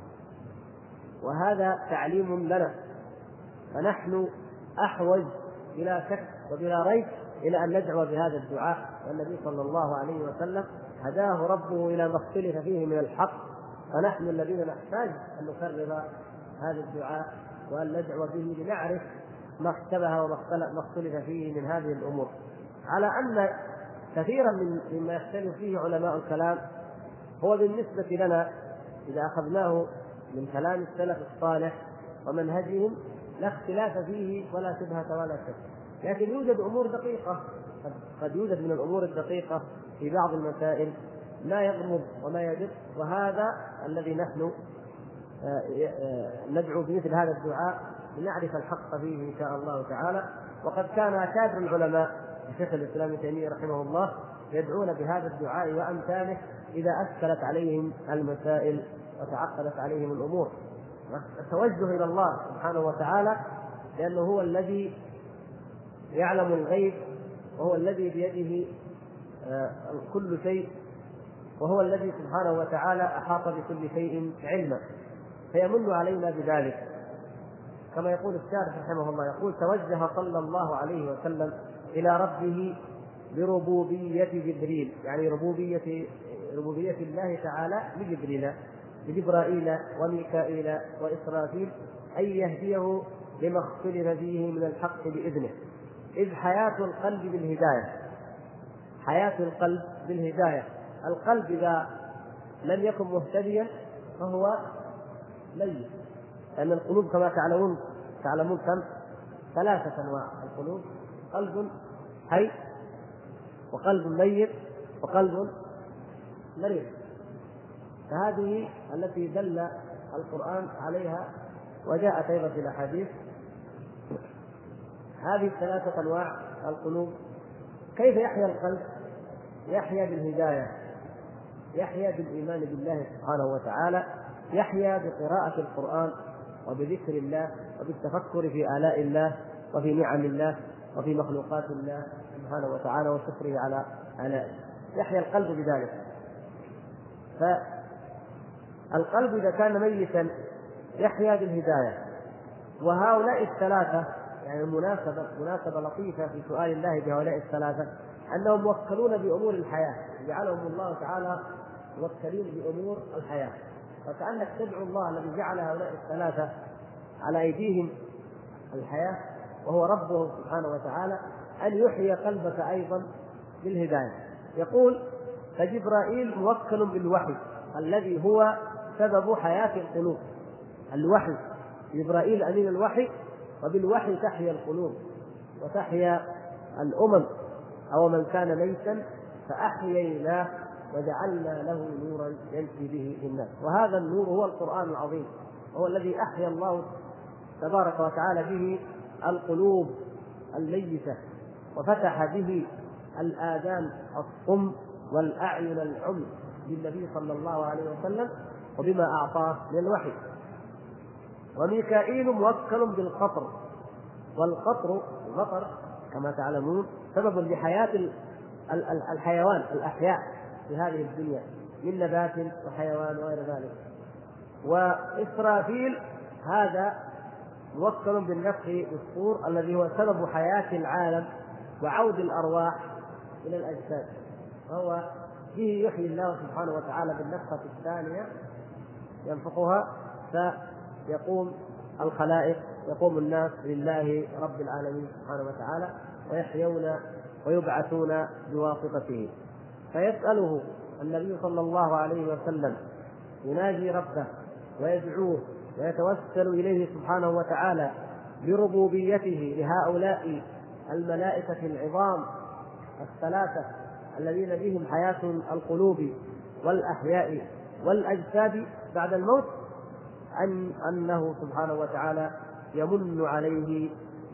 وهذا تعليم لنا، فنحن أحوج بلا شك وبلا ريب إلى أن ندعو بهذا الدعاء، والنبي صلى الله عليه وسلم هداه ربه إلى ما اختلف فيه من الحق، فنحن الذين نحتاج أن نكرر هذا الدعاء وأن ندعو به لنعرف ما اشتبه وما اختلف فيه من هذه الأمور، على أن كثيرا من مما يختلف فيه علماء الكلام هو بالنسبة لنا إذا أخذناه من كلام السلف الصالح ومنهجهم لا اختلاف فيه ولا شبهة ولا شك، لكن يوجد أمور دقيقة، قد يوجد من الأمور الدقيقة في بعض المسائل ما يغمض وما يدق، وهذا الذي نحن ندعو بمثل هذا الدعاء لنعرف الحق فيه إن شاء الله تعالى. وقد كان أكابر العلماء شيخ الإسلام ابن تيمية رحمه الله يدعون بهذا الدعاء وأمثاله إذا أشكلت عليهم المسائل وتعقدت عليهم الأمور، التوجه إلى الله سبحانه وتعالى، لأنه هو الذي يعلم الغيب وهو الذي بيده كل شيء، وهو الذي سبحانه وتعالى أحاط بكل شيء علما، فيمن علينا بذلك. كما يقول الشارح رحمه الله، يقول: توجه صلى الله عليه وسلم إلى ربه بربوبية جبريل، يعني ربوبية ربوبية الله تعالى لجبريل لجبرائيل وميكائيل وإسرافيل، أن يهديه لما اختلف فيه من الحق بإذنه، إذ حياة القلب بالهداية، حياة القلب بالهداية. القلب إذا لم يكن مهتديا فهو ميت، لأن القلوب كما تعلمون تعلمون كم ثلاثة أنواع القلوب: قلب حي، وقلب ميت، وقلب مريض. فهذه التي دل القرآن عليها وجاءت أيضا في الأحاديث. هذه الثلاثة أنواع القلوب. كيف يحيا القلب؟ يحيا بالهداية، يحيا بالإيمان بالله سبحانه وتعالى، يحيا بقراءة القرآن وبذكر الله وبالتفكر في آلاء الله وفي نعم الله وفي مخلوقات الله سبحانه وتعالى وشكره على آلائه، يحيا القلب بذلك. فالقلب إذا كان ميتا يحيا بالهداية. وهؤلاء الثلاثة، يعني مناسبة مناسبة لطيفة في سؤال الله بهؤلاء الثلاثة، أنهم موكلون بأمور الحياة، جعلهم الله تعالى موكلين بأمور الحياة، فكأنك تدعو الله الذي جعل هؤلاء الثلاثة على أيديهم الحياة وهو ربه سبحانه وتعالى أن يحيي قلبك أيضا بالهداية. يقول: فجبرائيل موكل بالوحي الذي هو سبب حياة القلوب. الوحي، جبرائيل أمين الوحي، وبالوحي تحيا القلوب وتحيا الأمم. أو من كان ميتا فأحييناه وجعلنا له نورا يمشي به في الناس. وهذا النور هو القرآن العظيم، هو الذي أحيا الله تبارك وتعالى به القلوب الميتة، وفتح به الآذان الصم والأعين العمي بالنبي صلى الله عليه وسلم وبما أعطاه من الوحي. وميكائيل موكل بالقطر، والقطر المطر كما تعلمون سبب لحياة الحيوان الأحياء في هذه الدنيا من نبات وحيوان وغير ذلك. وإسرافيل هذا موكل بالنفخ بالصور الذي هو سبب حياة العالم وعود الأرواح إلى الأجساد، وهو فيه يحيي الله سبحانه وتعالى بالنفخة الثانية ينفخها فيقوم الخلائق، يقوم الناس لله رب العالمين سبحانه وتعالى، ويحيون ويبعثون بواسطته. فيسأله النبي صلى الله عليه وسلم، يناجي ربه ويدعوه ويتوسل إليه سبحانه وتعالى بربوبيته لهؤلاء الملائكة العظام الثلاثة الذين بهم حياة القلوب والأحياء والأجساد بعد الموت، أن أنه سبحانه وتعالى يمن عليه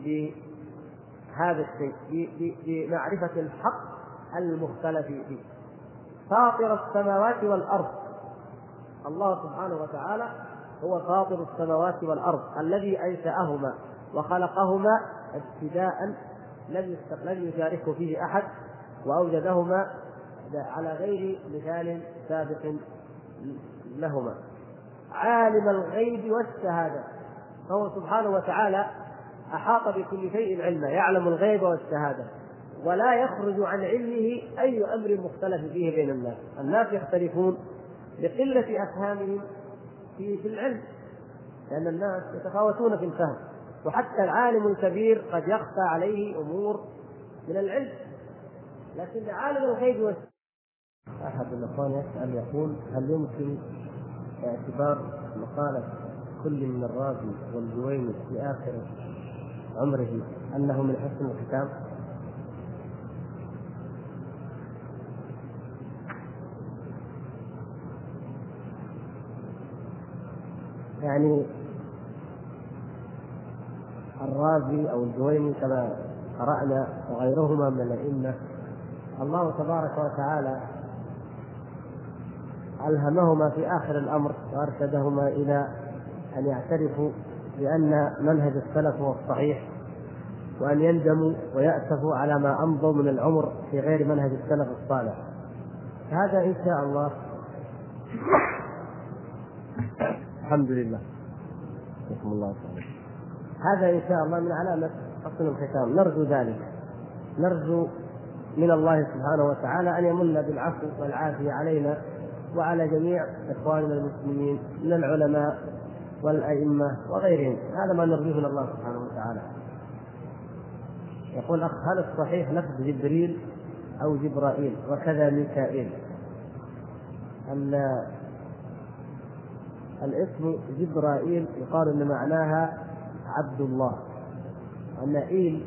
بهذا الشيء، بمعرفة الحق المختلف فيه. فاطر السماوات والأرض، الله سبحانه وتعالى هو فاطر السماوات والأرض الذي أنشأهما وخلقهما ابتداء لم يشاركه فيه أحد، وأوجدهما على غير مثال سابق لهما. عالم الغيب والشهادة، فهو سبحانه وتعالى أحاط بكل شيء علما، يعلم الغيب والشهادة، ولا يخرج عن علمه أي أمر مختلف فيه بين الناس. الناس يختلفون لقلة أفهامهم في العلم، لأن الناس يتفاوتون في الفهم، وحتى العالم الكبير قد يخفى عليه أمور من العلم، لكن عالم الغيب والشهادة. أحد الأخوان يسأل يقول: هل يمكن اعتبار مقالة كل من الرازي والجويني في آخر عمره أنه من حسن الختام؟ يعني الرازي أو الجويني كما قرأنا وغيرهما من الأئمة، الله تبارك وتعالى ألهمهما في آخر الأمر وأرشدهما إلى أن يعترفوا بأن منهج السلف هو الصحيح، وأن يندموا ويأسفوا على ما أمضوا من العمر في غير منهج السلف الصالح. هذا إن شاء الله الحمد لله بسم الله تعالى. هذا إن شاء الله من علامة حسن الختام، نرجو ذلك، نرجو من الله سبحانه وتعالى أن يمن بالعفو والعافية علينا وعلى جميع إخواننا المسلمين من العلماء والأئمة وغيرهم. هذا ما نرجوه من الله سبحانه وتعالى. يقول أخ: هل الصحيح لفظ جبريل أو جبرائيل وكذا ميكائيل؟ الاسم جبرائيل يقال أن معناها عبد الله، أن إيل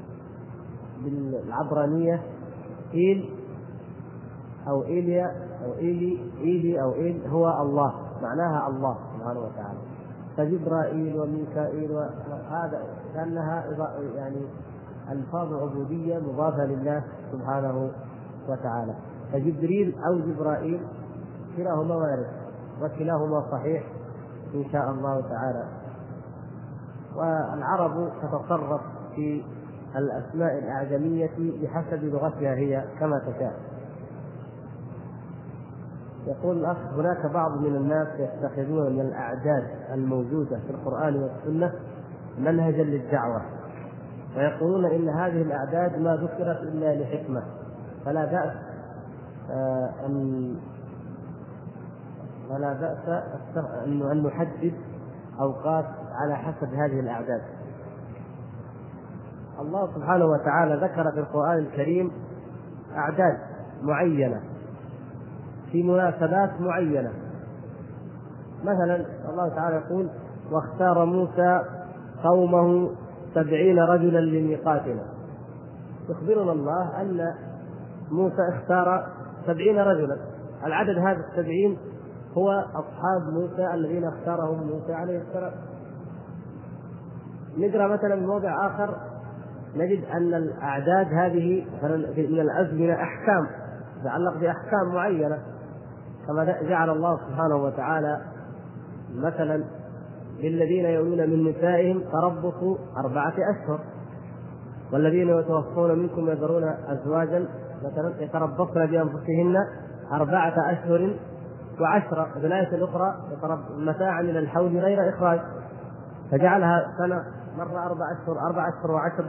بالعبرانية إيل أو إيليا أو إيلي إيلي أو إيل هو الله، معناها الله سبحانه وتعالى. فجبرائيل وميكائيل وهذا كأنها يعني ألفاظ عبودية مضافة لله سبحانه وتعالى. فجبريل أو جبرائيل كلاهما وارد وكلاهما صحيح إن شاء الله تعالى. والعرب تتصرف في الأسماء الأعجمية بحسب لغتها هي كما تشاء. يقول الأخ: هناك بعض من الناس يتخذون من الأعداد الموجودة في القرآن والسنة منهجا للدعوة، ويقولون إن هذه الأعداد ما ذكرت إلا لحكمة، فلا بأس أن فلا بأس أن نحدد أوقات على حسب هذه الأعداد. الله سبحانه وتعالى ذكر في القرآن الكريم أعداد معينة في مناسبات معينة. مثلا الله تعالى يقول: واختار موسى قومه سبعين رجلا لميقاتنا. يخبرنا الله أن موسى اختار سبعين رجلا العدد هذا السبعين هو أصحاب موسى الذين اختارهم موسى عليه السلام. نقرأ مثلا موضع آخر نجد أن الأعداد هذه من الأزمنة أحكام تتعلق بأحكام معينة، كما جعل الله سبحانه وتعالى مثلا للذين يولون من نسائهم تربص أربعة أشهر، والذين يتوفون منكم يذرون أزواجا مثلا يتربصن بأنفسهن أربعة أشهر وعشرة، وفي الآية الأخرى متاعا إلى الحول غير إخراج، فجعلها سنة مرة أربع أشهر أربع أشهر وعشر.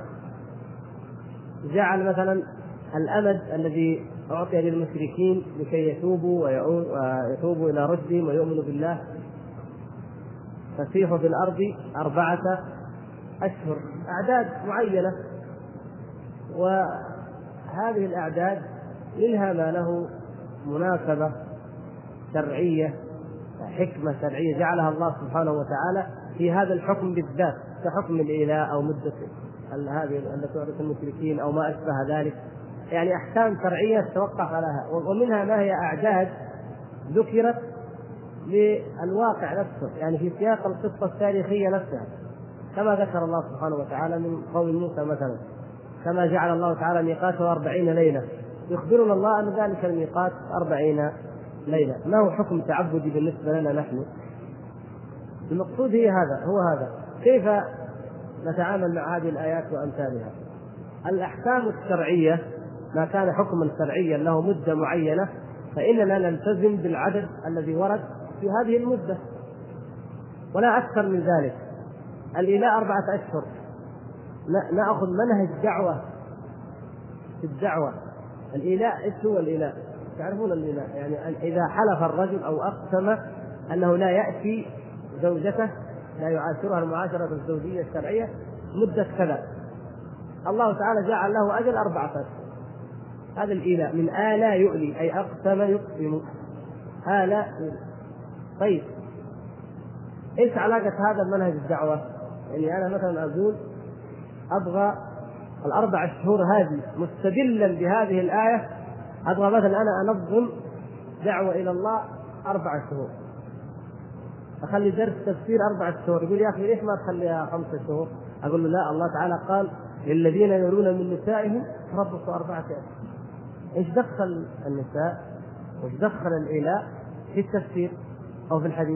جعل مثلا الأمد الذي أعطي للمشركين لكي يتوبوا ويتوبوا إلى رشدهم ويؤمنوا بالله، فسيحوا في الأرض أربعة أشهر، أعداد معينة. وهذه الأعداد منها ما له مناسبة شرعية، حكمة شرعية جعلها الله سبحانه وتعالى في هذا الحكم بالذات، كحكم الإيلاء أو مدة هذه التي تعرف المشركين أو ما أشبه ذلك، يعني أحكام شرعية توقف عليها. ومنها ما هي أعداد ذكرت للواقع نفسه، يعني في سياق القصة التاريخية نفسها، كما ذكر الله سبحانه وتعالى من قوم موسى مثلا، كما جعل الله تعالى ميقاته أربعين ليلة، يخبرنا الله أن ذلك الميقات أربعين ليلة، ما هو حكم تعبدي بالنسبة لنا نحن. المقصود هي هذا هو هذا كيف نتعامل مع هذه الآيات وأمثالها. الأحكام الشرعية ما كان حكما شرعيا له مدة معينة فإننا نلتزم بالعدد الذي ورد في هذه المدة ولا أكثر من ذلك. الإيلاء أربعة أشهر، نأخذ منهج دعوة في الدعوة. الإيلاء إيش هو الإيلاء؟ تعرفون الإيلاء يعني إذا حلف الرجل أو أقسم أنه لا يأتي زوجته، لا يعاشرها المعاشرة الزوجية الشرعية مدة كذا، الله تعالى جعل له أجل أربعة أشهر. هذا الإيلاء من آلاء يؤلي، أي أقسم يقسم آلاء. طيب إيش علاقة هذا المنهج الدعوة؟ يعني أنا مثلا أقول أبغى الأربع شهور هذه مستدلا بهذه الآية، أبغى مثلا أنا أنظم دعوة إلى الله أربع شهور، أخلي درس تفسير أربع شهور. يقول يا أخي ليش ما تخليها خمسة شهور؟ أقول له لا، الله تعالى قال للذين يولون من نسائهم تربصوا أربعة أشهر. إيش دخل النساء وإيش دخل الإيلاء في التفسير أو في الحديث؟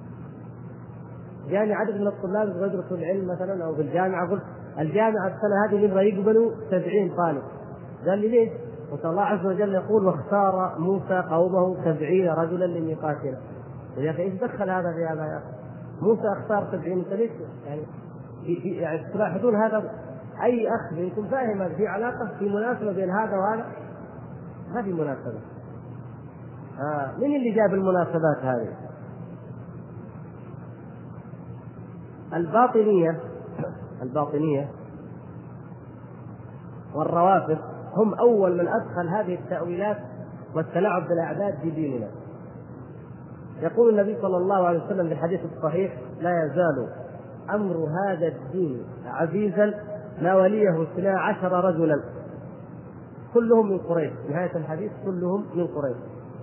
جاني عدد من الطلاب يدرسوا العلم مثلا أو في الجامعة، قلت الجامعة السنة هذه نبغى يقبلوا سبعين طالب. قال لي ليش؟ قلت الله عز وجل يقول واختار موسى قومه سبعين رجلا لميقاتنا. يا أخي إيش دخل هذا في هذا يا أخي؟ موسى اختار سبعين، ليش يعني يعني تلاحظون هذا؟ أي أخ يكون فاهم في علاقة في مناسبة بين هذا وهذا؟ ما في مناسبة. آه. من اللي جاب المناسبات هذه؟ الباطنية الباطنية والروافض هم أول من أدخل هذه التأويلات والتلاعب بالأعداد في ديننا. يقول النبي صلى الله عليه وسلم في الحديث الصحيح: لا يزال أمر هذا الدين عزيزا ما وليه اثنا عشر رجلا كلهم من قريش. نهاية الحديث كلهم من قريش.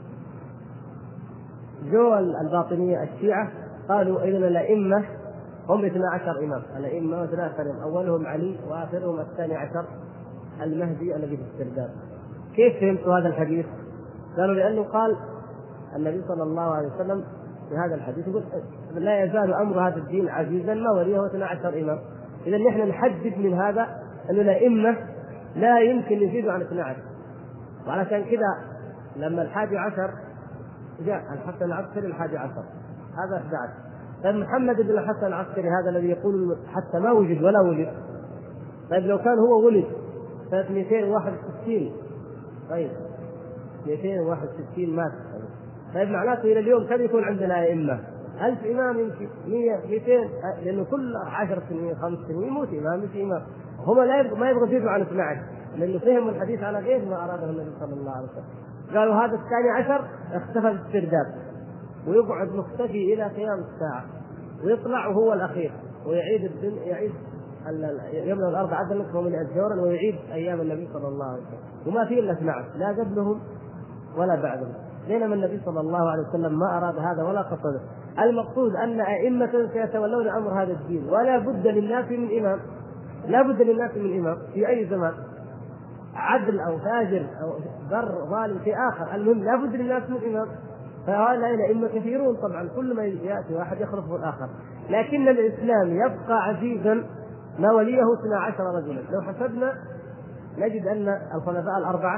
جو الباطنية الشيعة قالوا إذن الأئمة هم اثنا عشر إمام، الأئمة اثنا عشر إمام، أولهم علي وآخرهم الثاني عشر المهدي الذي في السرداب. كيف فهمتوا هذا الحديث؟ قالوا لأنه قال النبي صلى الله عليه وسلم في هذا الحديث يقول لا يزال أمر هذا الدين عزيزا ما وليه اثنا عشر إمام. إذا نحن نحدد من هذا أن الأئمة لا يمكن يزيدوا عن اثنا عشر، وعلشان كذا لما الحادي عشر جاء الحسن العسكري الحادي عشر هذا أحد عشر. طيب محمد بن الحسن العسكري هذا الذي يقول حتى ما وجد ولا ولد، طيب لو كان هو ولد سنة مئتين وواحد وستين، طيب مئتين وواحد وستين مات، طيب معناته إلى اليوم كم يكون عندنا أئمة؟ ألف إمام يمشي، مية مئتين، لأنه كل عشر سنين خمس سنين يموت إمام مش إمام. هم لا يبغوا ما يبغوا يزيدوا عن اثنا عشر لأنه فهموا الحديث على غير ما أراده النبي صلى الله عليه وسلم. قالوا هذا الثاني عشر اختفى بالسرداب ويقعد مختفي إلى قيام الساعة ويطلع وهو الأخير ويعيد الدن يعيد يملأ الأرض عدلا ومن أجورا ويعيد أيام النبي صلى الله عليه وسلم، وما في إلا اثنا عشر لا قبلهم ولا بعدهم. بينما النبي صلى الله عليه وسلم ما أراد هذا ولا قصده. المقصود أن أئمة سيتولون أمر هذا الدين، ولا بد للناس من إمام، لا بد للناس من إمام في أي زمان، عدل أو فاجر أو بر ظالم في آخر، المهم لا بد للناس من إمام. فهؤلاء الأئمة كثيرون طبعا، كل ما يأتي واحد يخلفه الآخر، لكن الإسلام يبقى عزيزا ما وليه اثنا عشر رجلا. لو حسبنا نجد أن الخلفاء الأربعة،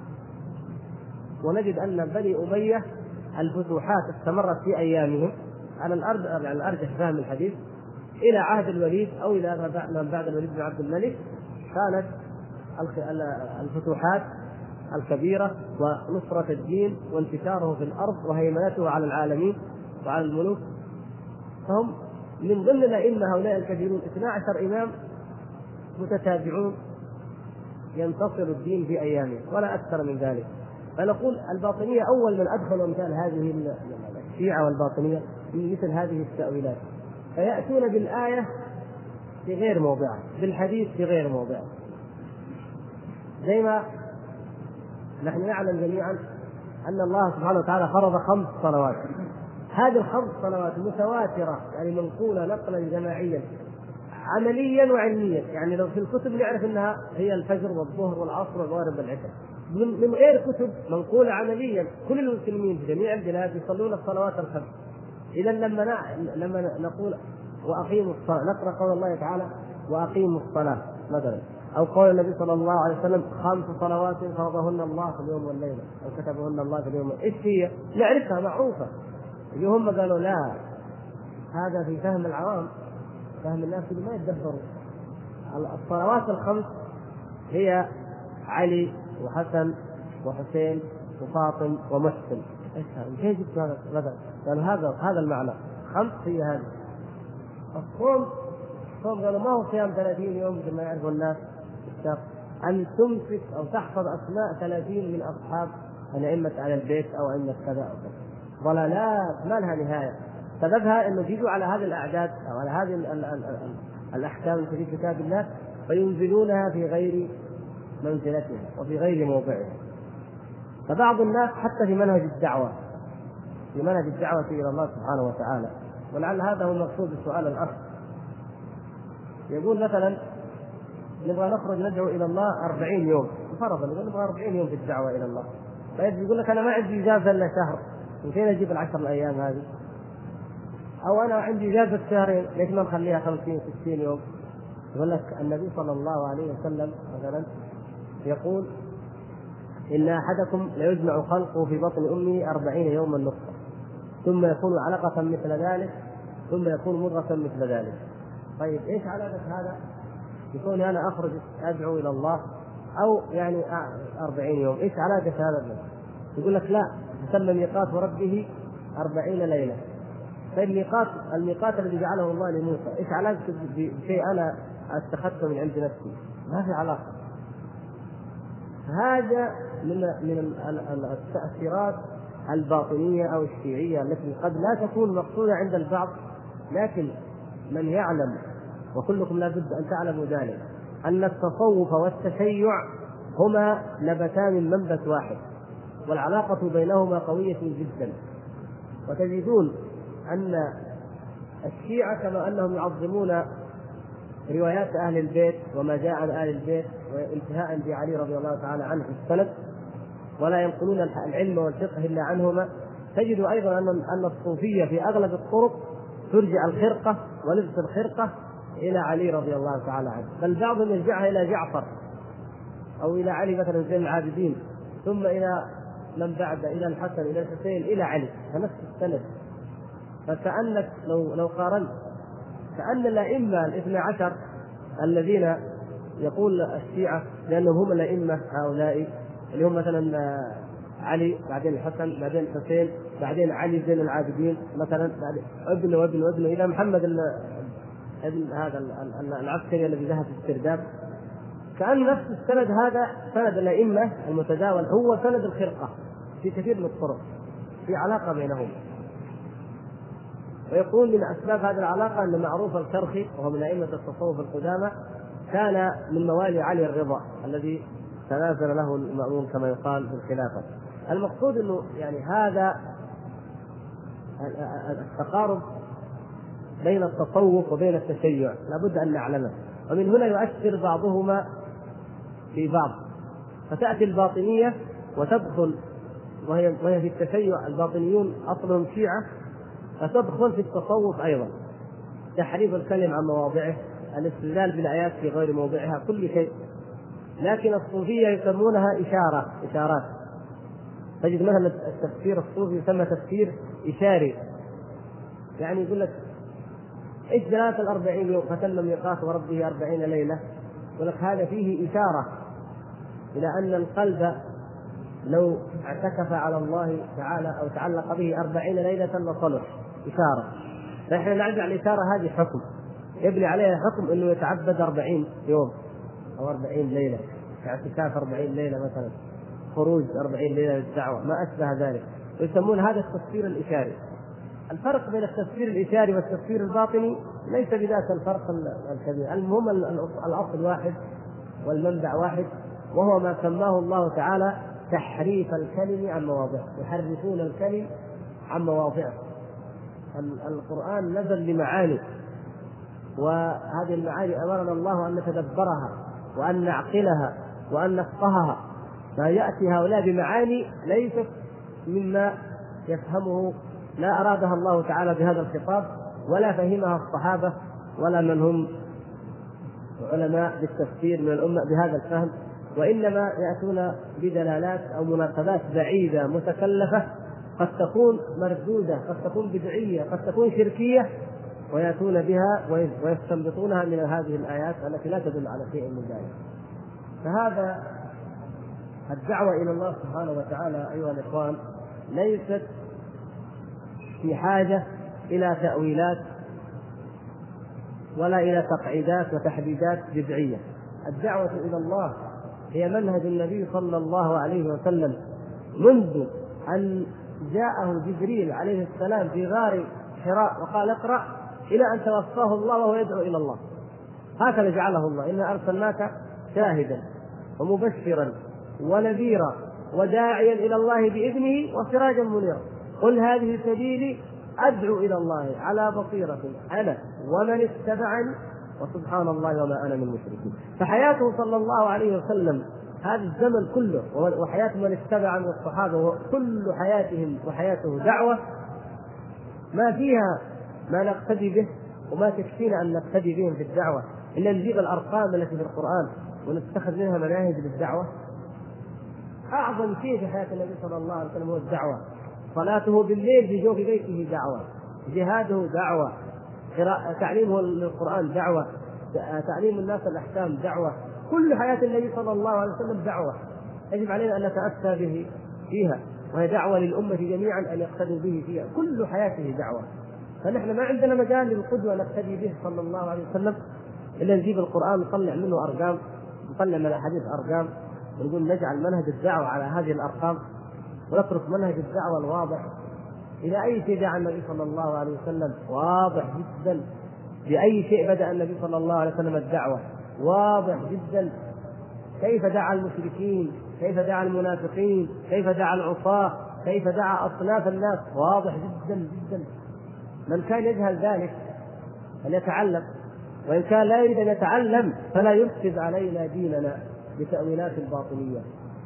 ونجد أن بني أمية الفتوحات استمرت في أيامهم على الأرض، على الأرجح فهم الحديث، إلى عهد الوليد أو إلى من بعد الوليد بن عبد الملك. كانت الفتوحات الكبيرة ونصرة الدين وانتشاره في الأرض وهيمنته على العالمين وعلى الملوك. فهم من ضمن الأئمة هؤلاء الكثيرون اثنا عشر إمام متتابعون ينتصر الدين في أيامه ولا أكثر من ذلك. فنقول الباطنية أول من أدخلوا مثال هذه الشيعة والباطنية مثل هذه التأويلات، فيأتون بالآية في غير موضعها، بالحديث في غير موضعه. زي ما نحن نعلم جميعا أن الله سبحانه وتعالى فرض خمس صلوات، هذه الخمس صلوات متواترة، يعني منقولة نقلا جماعيا عمليا وعلميا. يعني لو في الكتب نعرف أنها هي الفجر والظهر والعصر والمغرب والعشاء، من غير كتب منقولة عمليا. كل المسلمين في جميع البلاد يصلون الصلوات الخمس. إذا لما لما نقول وأقيموا الصلاة، نقرأ قول الله تعالى وأقيموا الصلاة مثلا، أو قول النبي صلى الله عليه وسلم خمس صلوات فرضهن الله في اليوم والليلة أو كتبهن الله في اليوم، إيش هي؟ نعرفها معروفة. هم قالوا لا، هذا في فهم العوام، فهم الناس اللي ما يتدبروا. الصلوات الخمس هي علي وحسن وحسين وفاطم ومحسن. ايش هذا؟ كيف جبت هذا مثلا؟ قالوا هذا هذا المعنى، خمس هي هذه. الصوم، الصوم قالوا ما هو صيام ثلاثين يوم مثل ما يعرفوا الناس، أن تمسك أو تحفظ أسماء ثلاثين من أصحاب الأئمة على البيت أو أئمة كذا أو كذا. ضلالات ما لها نهاية. سببها أنه يجوا على هذه الأعداد أو على هذه ال ال ال ال الأحكام التي في كتاب الله فينزلونها في غير منزلتها وفي غير موضعها. فبعض الناس حتى في منهج الدعوة في منهج الدعوة إلى الله سبحانه وتعالى، ولعل هذا هو المقصود بسؤال الأخ، يقول مثلا نبغى نخرج ندعو إلى الله أربعين يوم، فرضا نقول نبغى أربعين يوم في الدعوة إلى الله، طيب يقول لك أنا ما عندي إجازة إلا شهر، من فين أجيب العشر الأيام هذه؟ أو أنا عندي إجازة شهرين، ليش ما نخليها خمسين ستين يوم؟ يقول لك النبي صلى الله عليه وسلم مثلا يقول إن أحدكم ليجمع خلقه في بطن أمه أربعين يوما نطفة ثم يكون علقة مثل ذلك ثم يكون مضغة مثل ذلك. طيب إيش علاقة هذا؟ يكون أنا أخرج أدعو إلى الله أو يعني أربعين يوم، إيش علاقة هذا؟ يقول لك لا، يسمى ميقات ربه أربعين ليلة. طيب ميقات الميقات الذي جعله الله لموسى إيش علاقة بشيء أنا اتخذته من عند نفسي؟ ما في علاقة. هذا من من التأثيرات الباطنية أو الشيعية التي قد لا تكون مقصودة عند البعض، لكن من يعلم وكلكم لا بد أن تعلموا ذلك أن التصوف والتشيع هما نبتان من منبت واحد، والعلاقة بينهما قوية جدا. وتجدون أن الشيعة كما أنهم يعظمون روايات أهل البيت وما جاء عن أهل البيت وانتهاء بعلي رضي الله تعالى عنه في السند، ولا ينقلون العلم والفقه إلا عنهما، تجد أيضا أن أن الصوفية في أغلب الطرق ترجع الخرقة ولبس الخرقة إلى علي رضي الله تعالى عنه، بل بعضهم يرجعها إلى جعفر أو إلى علي مثلا زين العابدين، ثم إلى من بعد إلى الحسن إلى الحسين إلى علي، فنفس السند. فكأنك لو لو قارنت كأن الأئمة الاثنى عشر الذين يقول الشيعة لأنهم هم الأئمة هؤلاء اللي هم مثلا علي بعدين الحسن بعدين الحسين بعدين علي زين العابدين مثلا ابن وابن وابن إلى محمد ابن هذا العسكري الذي ذهب في السرداب، كأن نفس السند هذا سند الأئمة المتداول هو سند الخرقة في كثير من الطرق، في علاقة بينهم. ويقول من أسباب هذه العلاقة أن معروف الكرخي وهو من أئمة التصوف القدامى كان من موالي علي الرضا الذي تنازل له المأمون كما يقال بالخلافة، المقصود أنه يعني هذا التقارب بين التصوف وبين التشيع لابد أن نعلمه، ومن هنا يؤثر بعضهما في بعض، فتأتي الباطنية وتدخل وهي وهي في التشيع، الباطنيون أصلهم شيعة، فتدخل في التصوف أيضا، تحريف الكلم عن مواضعه، الاستدلال بالآيات في غير موضعها، كل شيء. لكن الصوفية يسمونها إشارة إشارات. تجد مثلا التفسير الصوفي يسمى تفسير إشاري، يعني يقول لك إيش دلالة الأربعين يوم فتم ميقات وربه أربعين ليلة، يقول لك هذا فيه إشارة إلى أن القلب لو اعتكف على الله تعالى أو تعلق به أربعين ليلة لصلح، إشارة. فإحنا نرجع الإشارة هذه حكم، يبني عليها حكم إنه يتعبد أربعين يوم أو أربعين ليلة، اعتكاف أربعين ليلة مثلا، خروج أربعين ليلة للدعوة، ما أشبه ذلك، ويسمون هذا التفسير الإشاري. الفرق بين التفسير الإشاري والتفسير الباطني ليس بذاك الفرق الكبير، المهم الأصل واحد والمنبع واحد، وهو ما سماه الله تعالى تحريف الكلم عن مواضعه، يحرفون الكلم عن مواضعه. القرآن نزل لمعاني، وهذه المعاني أمرنا الله أن نتدبرها وأن نعقلها وأن نفقهها، فيأتي هؤلاء بمعاني ليست مما يفهمه، لا أرادها الله تعالى بهذا الخطاب ولا فهمها الصحابة ولا من هم علماء بالتفسير من الأمة بهذا الفهم، وإنما يأتون بدلالات أو مناسبات بعيدة متكلفة، قد تكون مردودة، قد تكون بدعية، قد تكون شركية، ويأتون بها ويستنبطونها من هذه الآيات التي لا تدل على شيء من ذلك. فهذا الدعوة إلى الله سبحانه وتعالى أيها الإخوان ليست في حاجة إلى تأويلات ولا إلى تقعيدات وتحديدات بدعية. الدعوة إلى الله هي منهج النبي صلى الله عليه وسلم منذ أن جاءه جبريل عليه السلام في غار حراء وقال اقرأ، إلى أن توفاه الله وهو يدعو إلى الله. هكذا جعله الله، إنا أرسلناك شاهدا ومبشرا ونذيرا وداعيا إلى الله بإذنه وسراجا منيرا، قل هذه سبيلي أدعو إلى الله على بصيرة أنا ومن اتبعني وسبحان الله وما أنا من المشركين. فحياته صلى الله عليه وسلم هذا الزمن كله وحياة من اتبع من الصحابة كل حياتهم وحياته دعوة، ما فيها ما نقتدي به وما تكفينا أن نقتدي بهم في الدعوة إلا نجيب الأرقام التي في القرآن ونتخذ منها مناهج للدعوة. أعظم شيء في حياة النبي صلى الله عليه وسلم هو الدعوة، صلاته بالليل في جوف بيته دعوة، جهاده دعوة، تعليمه للقرآن دعوة، تعليم الناس الأحكام دعوة، كل حياة النبي صلى الله عليه وسلم دعوة يجب علينا أن نتأسى به فيها، وهي دعوة للأمة جميعا أن يقتدوا به فيها، كل حياته دعوة. فنحن ما عندنا مجال للقدوة نقتدي به صلى الله عليه وسلم إلا نجيب القرآن نطلع منه أرقام، نطلع من الحديث أرقام، ونقول نجعل منهج الدعوة على هذه الأرقام ونترك منهج الدعوة الواضح. إلى أي شيء دعا النبي صلى الله عليه وسلم؟ واضح جدا. بأي شيء بدأ النبي صلى الله عليه وسلم الدعوة؟ واضح جدا. كيف دعا المشركين، كيف دعا المنافقين، كيف دعا العصاة، كيف دعا أصناف الناس، واضح جدا جدا. من كان يجهل ذلك فليتعلم، وإن كان لا يريد أن يتعلم فلا يفسد علينا ديننا بتأويلات الباطنية.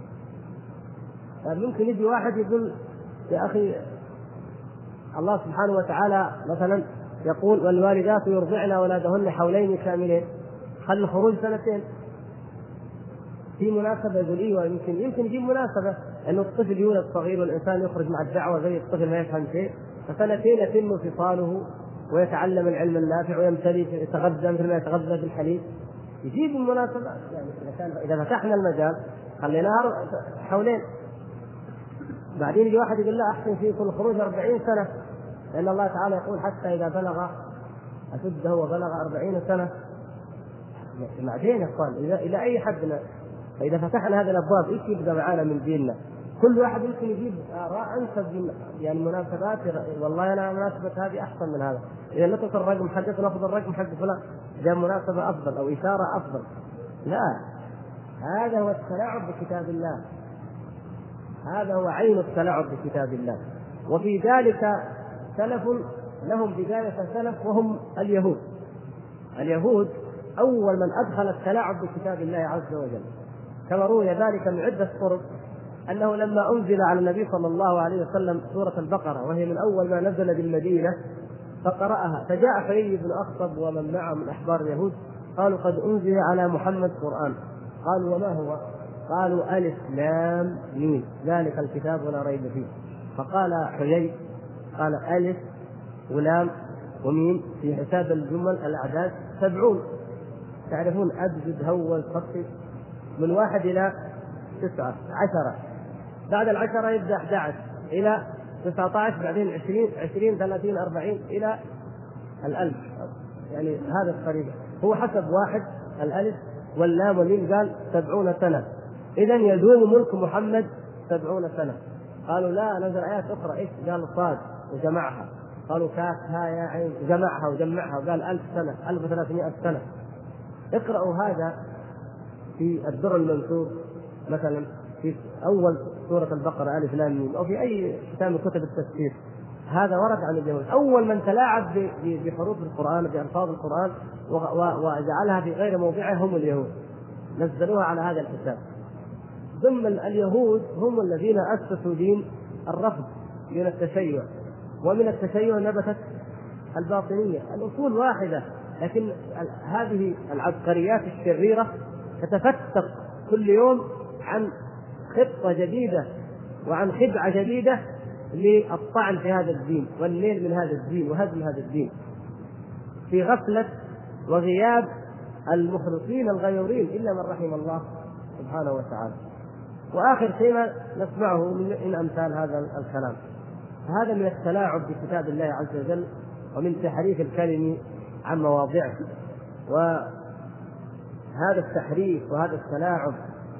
ممكن يجي واحد يقول يا أخي الله سبحانه وتعالى مثلا يقول والوالدات يرضعن أولادهن حولين كاملين، خلي الخروج سنتين. في مناسبة يقول إيه، يمكن يمكن يجيب مناسبة أنه الطفل يولد صغير والإنسان يخرج مع الدعوة زي الطفل ما يفهم شيء، فسنتين يتم فصاله ويتعلم العلم النافع ويمتلي يتغذى مثل ما يتغذى بالحليب. يجيب المناسبة يعني إذا فتحنا المجال خليناها حولين. بعدين يجي واحد يقول لا أحسن فيكم الخروج أربعين سنة، لأن الله تعالى يقول حتى إذا بلغ أشده وبلغ أربعين سنة. بعدين يقال إذا إلى أي حد. فإذا فتحنا هذه الأبواب إيش يبقى معانا من ديننا؟ كل واحد يمكن يجيب آراء أنسب يعني مناسبات، والله أنا مناسبة هذه أحسن من هذا، إذا نترك الرقم حقك نأخذ الرقم حق فلان، جاء مناسبة أفضل أو إشارة أفضل. لا، هذا هو التلاعب بكتاب الله، هذا هو عين التلاعب بكتاب الله. وفي ذلك سلف لهم بداية سلف وهم اليهود. اليهود أول من أدخل التلاعب بكتاب الله عز وجل، كما روي ذلك من عدة طرق أنه لما أنزل على النبي صلى الله عليه وسلم سورة البقرة وهي من أول ما نزل بالمدينة فقرأها، فجاء حيي بن أخطب ومن معه من أحبار اليهود قالوا قد أنزل على محمد قرآن. قالوا وما هو؟ قالوا ألف لام ميم ذلك الكتاب ولا ريب فيه. فقال حيي قال ألف ولام وميم في حساب الجمل الأعداد سبعون، تعرفون أبجد هول خطي من واحد إلى تسعة عشرة، بعد العشرة يبدأ أحد عشر إلى تسعة عشر، بعدين عشرين عشرين ثلاثين أربعين إلى الألف، يعني هذا الطريقة. هو حسب واحد الألف واللام والميم قال سبعون سنة، إذا يدوم ملك محمد سبعون سنة. قالوا لا نزل آيات أخرى إيش؟ قال صاد وجمعها، قالوا كاف ها يا عين جمعها وجمعها وقال ألف سنة ألف وثلاثمائة سنة. اقرأوا هذا في الدر المنثور مثلا في أول سورة البقرة ألف لام ميم، أو في أي كتاب من كتب التفسير، هذا ورد عن اليهود. أول من تلاعب بحروف القرآن بألفاظ القرآن وجعلها في غير موضعها هم اليهود، نزلوها على هذا الحساب. ضمن اليهود هم الذين أسسوا دين الرفض من التشيع، ومن التشيع نبتت الباطنية. الأصول واحدة، لكن هذه العبقريات الشريرة تتفتق كل يوم عن خطة جديدة وعن خدعة جديدة للطعن في هذا الدين والنيل من هذا الدين وهدم هذا الدين في غفلة وغياب المخلصين الغيورين إلا من رحم الله سبحانه وتعالى. وآخر شيء ما نسمعه من أمثال هذا الكلام، هذا من التلاعب بكتاب الله عز وجل ومن تحريف الكلم عن مواضعه. وهذا التحريف وهذا التلاعب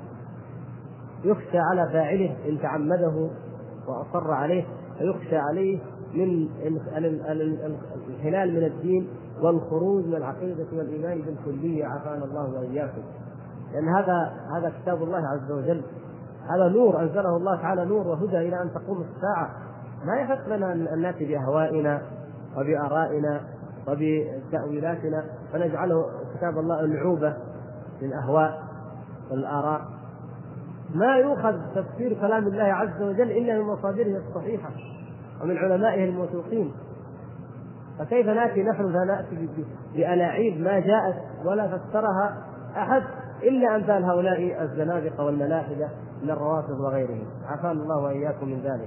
يخشى على فاعله إن تعمده وأصر عليه، فيخشى عليه من الانحلال من الدين والخروج من العقيدة والإيمان بالكلية، عافانا الله وإياكم. لأن هذا هذا كتاب الله عز وجل، هذا نور أنزله الله تعالى، نور وهدى إلى أن تقوم الساعة. ما يحق لنا أن نأتي بأهوائنا وبآرائنا وبتأويلاتنا فنجعله كتاب الله العوبة للأهواء والآراء. ما يؤخذ تفسير كلام الله عز وجل إلا من مصادره الصحيحة ومن علمائه الموثوقين. فكيف نأتي نحن لا نأتي بألاعيب ما جاءت ولا فسرها أحد إلا أمثال هؤلاء الزنادقة والملاحدة من الروافض وغيرهم، عافانا الله وإياكم من ذلك.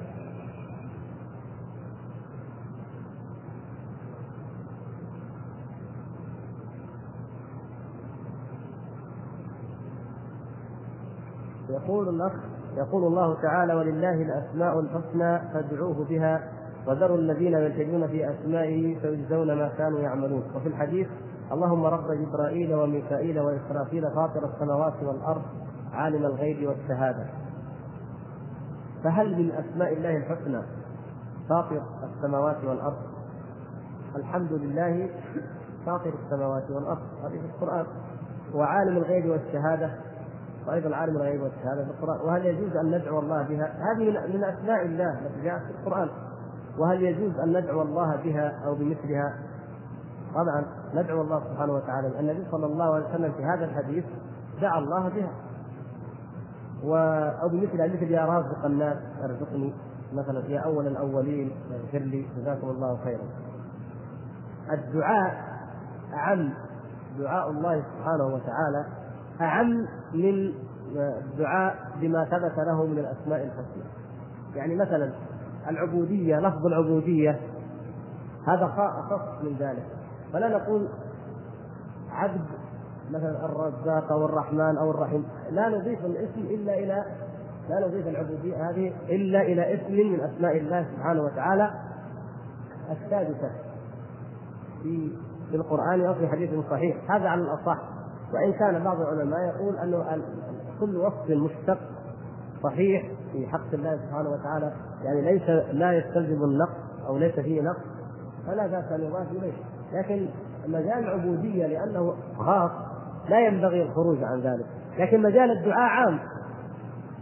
يقول الأخ يقول الله تعالى ولله الأسماء الحسنى فادعوه بها وذروا الذين يلحدون في أسمائه فيجزون ما كانوا يعملون. وفي الحديث اللهم رب جبرائيل وميكائيل وإسرافيل فاطر السماوات والأرض عالم الغيب والشهادة. فهل من أسماء الله الحسنى فاطر السماوات والأرض؟ الحمد لله فاطر السماوات والأرض هذه في القرآن، وعالم الغيب والشهادة وأيضا عالم الغيب والشهادة في القرآن. وهل يجوز أن ندعو الله بها؟ هذه من أسماء الله التي جاءت في القرآن. وهل يجوز أن ندعو الله بها أو بمثلها؟ طبعا ندعو الله سبحانه وتعالى. النبي صلى الله عليه وسلم في هذا الحديث دعا الله بها و... أو بمثلها، مثل يا رازق الناس ارزقني مثلا، يا أول الأولين اغفر لي جزاكم الله خيرا. الدعاء أعم، دعاء الله سبحانه وتعالى أعم من الدعاء بما ثبت له من الأسماء الحسنى. يعني مثلا العبودية، لفظ العبودية هذا أخص من ذلك، فلا نقول عبد مثلا الرزاق أو الرحمن أو الرحيم، لا نضيف الاسم إلا إلى لا نضيف العبودية هذه إلا إلى اسم من أسماء الله سبحانه وتعالى الثابتة في في القرآن أو في حديث صحيح. هذا على الأصح، وإن كان بعض العلماء يقول أنه كل وصف مشتق صحيح في حق الله سبحانه وتعالى يعني ليس لا يستلزم النقص أو ليس فيه نقص فلا بأس أن يضاف إليه. لكن مجال العبودية لأنه خاص لا ينبغي الخروج عن ذلك. لكن مجال الدعاء عام،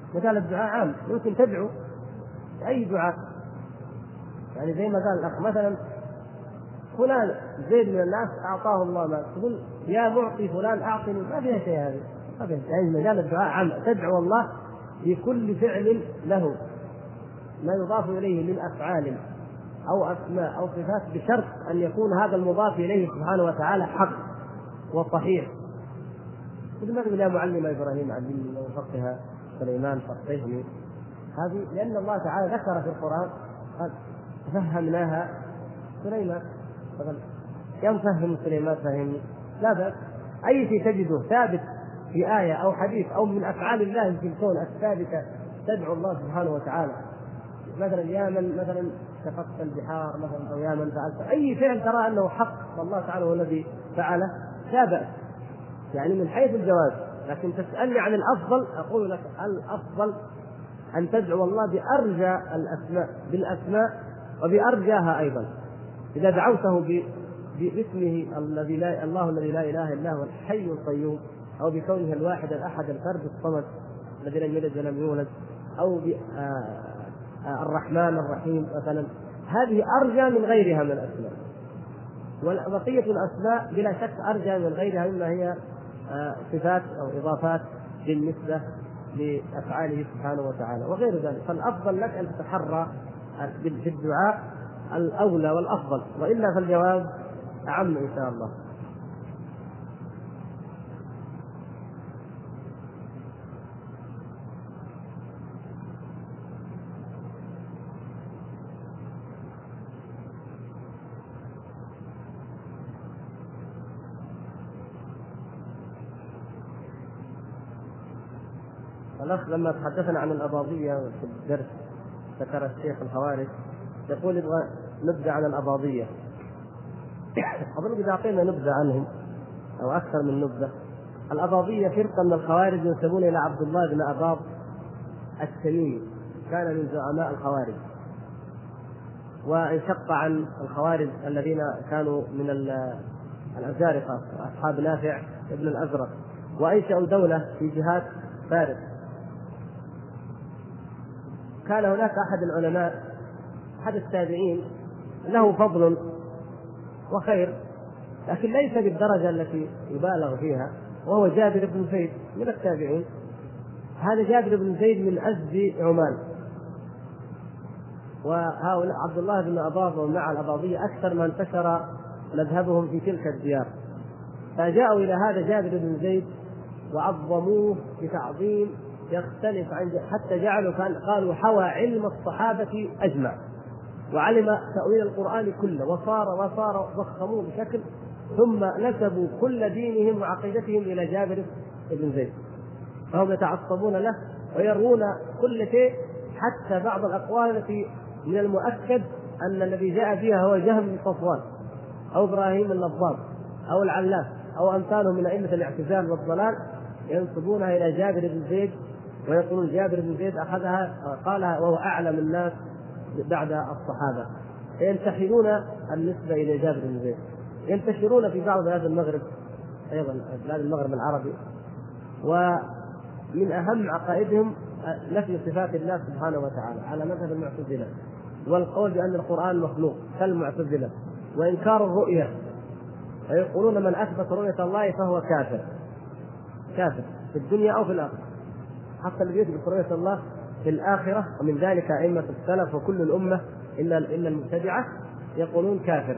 مجال الدعاء عام، يمكن تدعو أي دعاء. يعني زي ما قال الأخ مثلا فلان زيد من الناس أعطاه الله ما، تقول يا معطي فلان أعطني، ما فيها شيء هذه. يعني مجال الدعاء عام، تدعو الله بكل فعل له ما يضاف إليه من أفعال أو أسماء أو صفات، بشرط أن يكون هذا المضاف إليه سبحانه وتعالى حق وصحيح. مثل ما يقول يا معلم إبراهيم علمني وفقه سليمان فقهني، هذه لأن الله تعالى ذكر في القرآن قال فهمناها سليمان، يوم فهم سليمان فهمني، لا بأس. أي شيء تجده ثابت في آية أو حديث أو من أفعال الله في الكون الثابتة تدعو الله سبحانه وتعالى، مثلا يا من مثلا شققت البحار مثلا، أو يا من فعلت أي فعل ترى أنه حق والله تعالى هو الذي فعله، لا بأس يعني من حيث الجواز. لكن تسألني عن الأفضل، أقول لك الأفضل أن تدعو الله بأرجى الأسماء، بالأسماء وبأرجاها أيضا. إذا دعوته باسمه الذي لا الله الذي لا إله إلا هو الحي القيوم، أو بكونه الواحد الأحد الفرد الصمد الذي لم يلد ولم يولد، أو الرحمن الرحيم مثلا، هذه أرجى من غيرها من الأسماء. وبقية الأسماء بلا شك أرجى من غيرها مما هي صفات أو إضافات بالنسبة لأفعاله سبحانه وتعالى وغير ذلك. فالأفضل لك أن تتحرى في الدعاء الأولى والأفضل، وإلا فالجواب أعم إن شاء الله. الأخ لما تحدثنا عن الأباضية في الدرس ذكر الشيخ الخوارج، يقول يبغى نبذة عن الأباضية. أظن إذا أعطينا نبذة عنهم أو أكثر من نبذة. الأباضية فرقة من الخوارج ينسبون إلى عبد الله بن أباض التميمي، كان من زعماء الخوارج، وانشق عن الخوارج الذين كانوا من الأزارقة أصحاب نافع ابن الأزرق، وأنشأوا دولة في جهات فارس. كان هناك أحد العلماء أحد التابعين له فضل وخير، لكن ليس بالدرجة التي يبالغ فيها، وهو جابر بن زيد من التابعين. هذا جابر بن زيد من أزد عمان، وهؤلاء عبد الله بن أباض ومع الأباضية أكثر ما انتشر مذهبهم في تلك الديار، فجاءوا إلى هذا جابر بن زيد وعظموه بتعظيم يختلف عن، حتى جعلوا كان قالوا حوى علم الصحابة أجمع، وعلم تأويل القرآن كله، وصار وصار ضخموه بشكل، ثم نسبوا كل دينهم وعقيدتهم إلى جابر بن زيد، فهم يتعصبون له ويرون كل شيء، حتى بعض الأقوال التي من المؤكد أن الذي جاء فيها هو جهم بن صفوان أو إبراهيم النضاب أو العلاف أو أمثالهم من أئمة الاعتزال والضلال، ينسبونها إلى جابر بن زيد، ويقولون جابر بن زيد أخذها قالها وهو أعلم الناس بعد الصحابة، ينتحلون النسبة إلى جابر بن زيد. ينتشرون في بعض بلاد المغرب أيضا، بلاد المغرب العربي، ومن أهم عقائدهم نفي صفات الله سبحانه وتعالى على مذهب المعتزلة، والقول بأن القرآن مخلوق كالمعتزلة، وإنكار الرؤية، ويقولون من أثبت رؤية الله فهو كافر، كافر في الدنيا أو في الآخرة، حتى الذي يثبت رؤية الله في الآخرة، ومن ذلك أئمة السلف وكل الأمة إلا إلا المبتدعة يقولون كافر.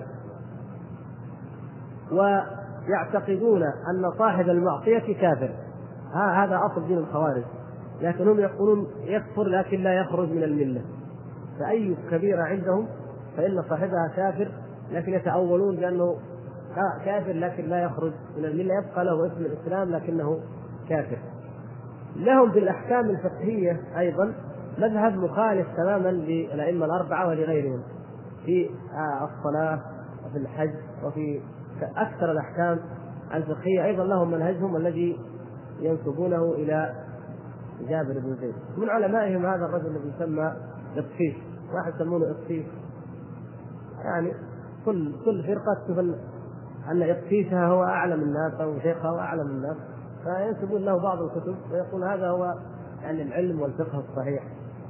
ويعتقدون أن صاحب المعصية كافر، ها هذا أصل دين الخوارج، لكن هم يقولون يكفر لكن لا يخرج من الملة، فأي كبيرة عندهم فإن صاحبها كافر، لكن يتأولون بأنه كافر لكن لا يخرج من الملة، يبقى له اسم الإسلام لكنه كافر. لهم في الأحكام الفقهية أيضا مذهب مخالف تماما للأئمة الأربعة ولغيرهم في الصلاة وفي الحج وفي أكثر الأحكام الفقهية. أيضا لهم منهجهم الذي ينسبونه إلى جابر بن زيد. من علمائهم هذا الرجل الذي يسمى إطفيش، واحد يسمونه إطفيش، يعني كل كل فرقة تقول أن إطفيشها هو أعلم الناس أو شيخها هو أعلم الناس، فينسبون له بعض الكتب ويقول هذا هو يعني العلم والفقه الصحيح.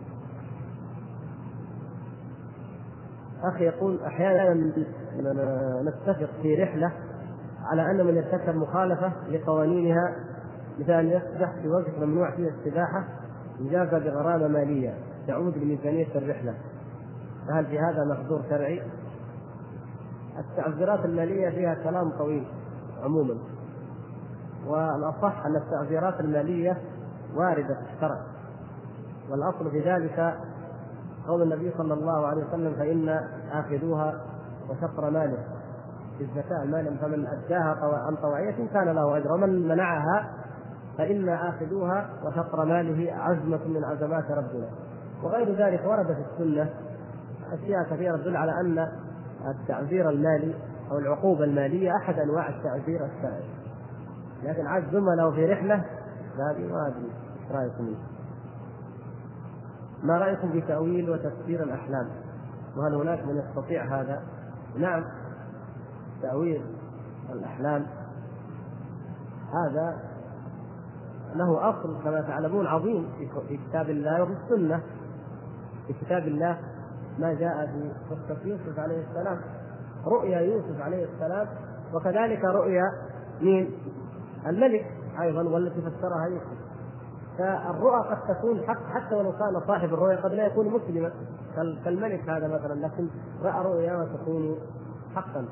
أخي يقول أحيانا نتفق في رحلة على أن من يرتكب مخالفة لقوانينها مثل أن يسبح في وقت ممنوع فيه السباحة يجازى بغرامة مالية تعود لميزانية الرحلة، فهل في هذا محظور شرعي؟ التعذيرات المالية فيها كلام طويل عموما، والأصح أن التعذيرات المالية واردة في الشرع، والأصل في ذلك قول النبي صلى الله عليه وسلم فإن آخذوها وشطر ماله في الزكاة المال، فمن أداها عن طوعية كان له أجر، ومن منعها فإن آخذوها وشطر ماله عزمة من عزمات ربنا. وغير ذلك ورد في السنة أشياء كثيرة تدل على أن التعذير المالي أو العقوبة المالية أحد أنواع التعذير الشرعي، لكن عاد زملاء في رحلة هذه ما أدري إيش رأيكم؟ ما رأيكم في تأويل وتفسير الأحلام؟ وهل هناك من يستطيع هذا؟ نعم، تأويل الأحلام هذا له أصل كما تعلمون عظيم في كتاب الله وفي السنة. في كتاب الله ما جاء في قصة يوسف عليه السلام، رؤيا يوسف عليه السلام، وكذلك رؤيا من الملك أيضا والتي فسرها يوسف. فالرؤى قد تكون حق حتى ولو كان صاحب الرؤيا قد لا يكون مسلما كالملك هذا مثلا، لكن رأى رؤيا وتكون حقا.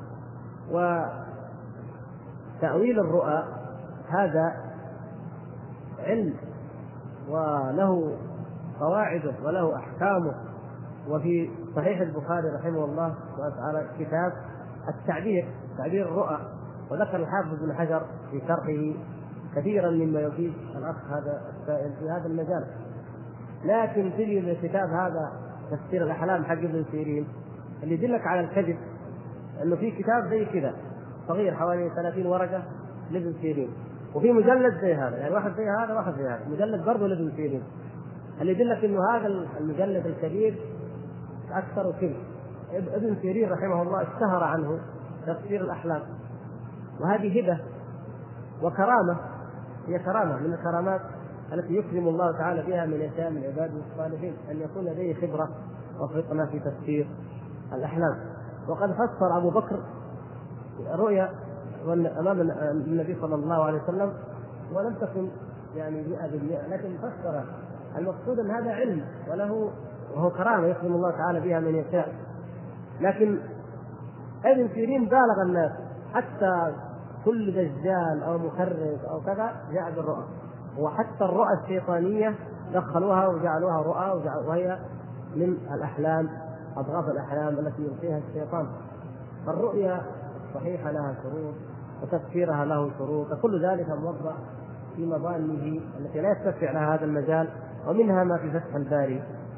وتأويل الرؤى هذا علم وله قواعده وله أحكامه. وفي صحيح البخاري رحمه الله تعالى كتاب التعبير، تعبير الرؤى، وذكر الحافظ بن حجر في شرحه كثيرا مما يفيد الأخ هذا السائل في هذا المجال. لكن تجد الكتاب هذا تفسير الأحلام حق ابن سيرين اللي يدلك على الكذب أنه في كتاب زي كذا صغير حوالي ثلاثين ورقة لابن سيرين، وفي مجلد زي هذا، يعني واحد زي هذا واحد زي هذا مجلد برضه لابن سيرين، اللي يدلك انه هذا المجلد الكبير اكثر كذب. ابن سيرين رحمه الله اشتهر عنه تفسير الأحلام، وهذه هبة وكرامة، هي كرامة من الكرامات التي يكرم الله تعالى بها من يشاء من عباده الصالحين، أن يكون لديه خبرة وفقنا في تفسير الأحلام. وقد فسر أبو بكر رؤيا أمام النبي صلى الله عليه وسلم ولم تكن يعني مئة بالمئة، لكن فسر. المقصود أن هذا علم وله وهو كرامة يكرم الله تعالى بها من يشاء. لكن ابن سيرين بالغ الناس، حتى كل دجال أو مخرج أو كذا جاء بالرؤى، وحتى الرؤى الشيطانية دخلوها وجعلوها رؤى، وهي من الأحلام، أضغاث الأحلام التي يلقيها الشيطان. فالرؤيا الصحيحة لها شروط وتفسيرها له شروط، وكل ذلك موضح في مظانه التي لا يتسع لها هذا المجال، ومنها ما في فتح الباري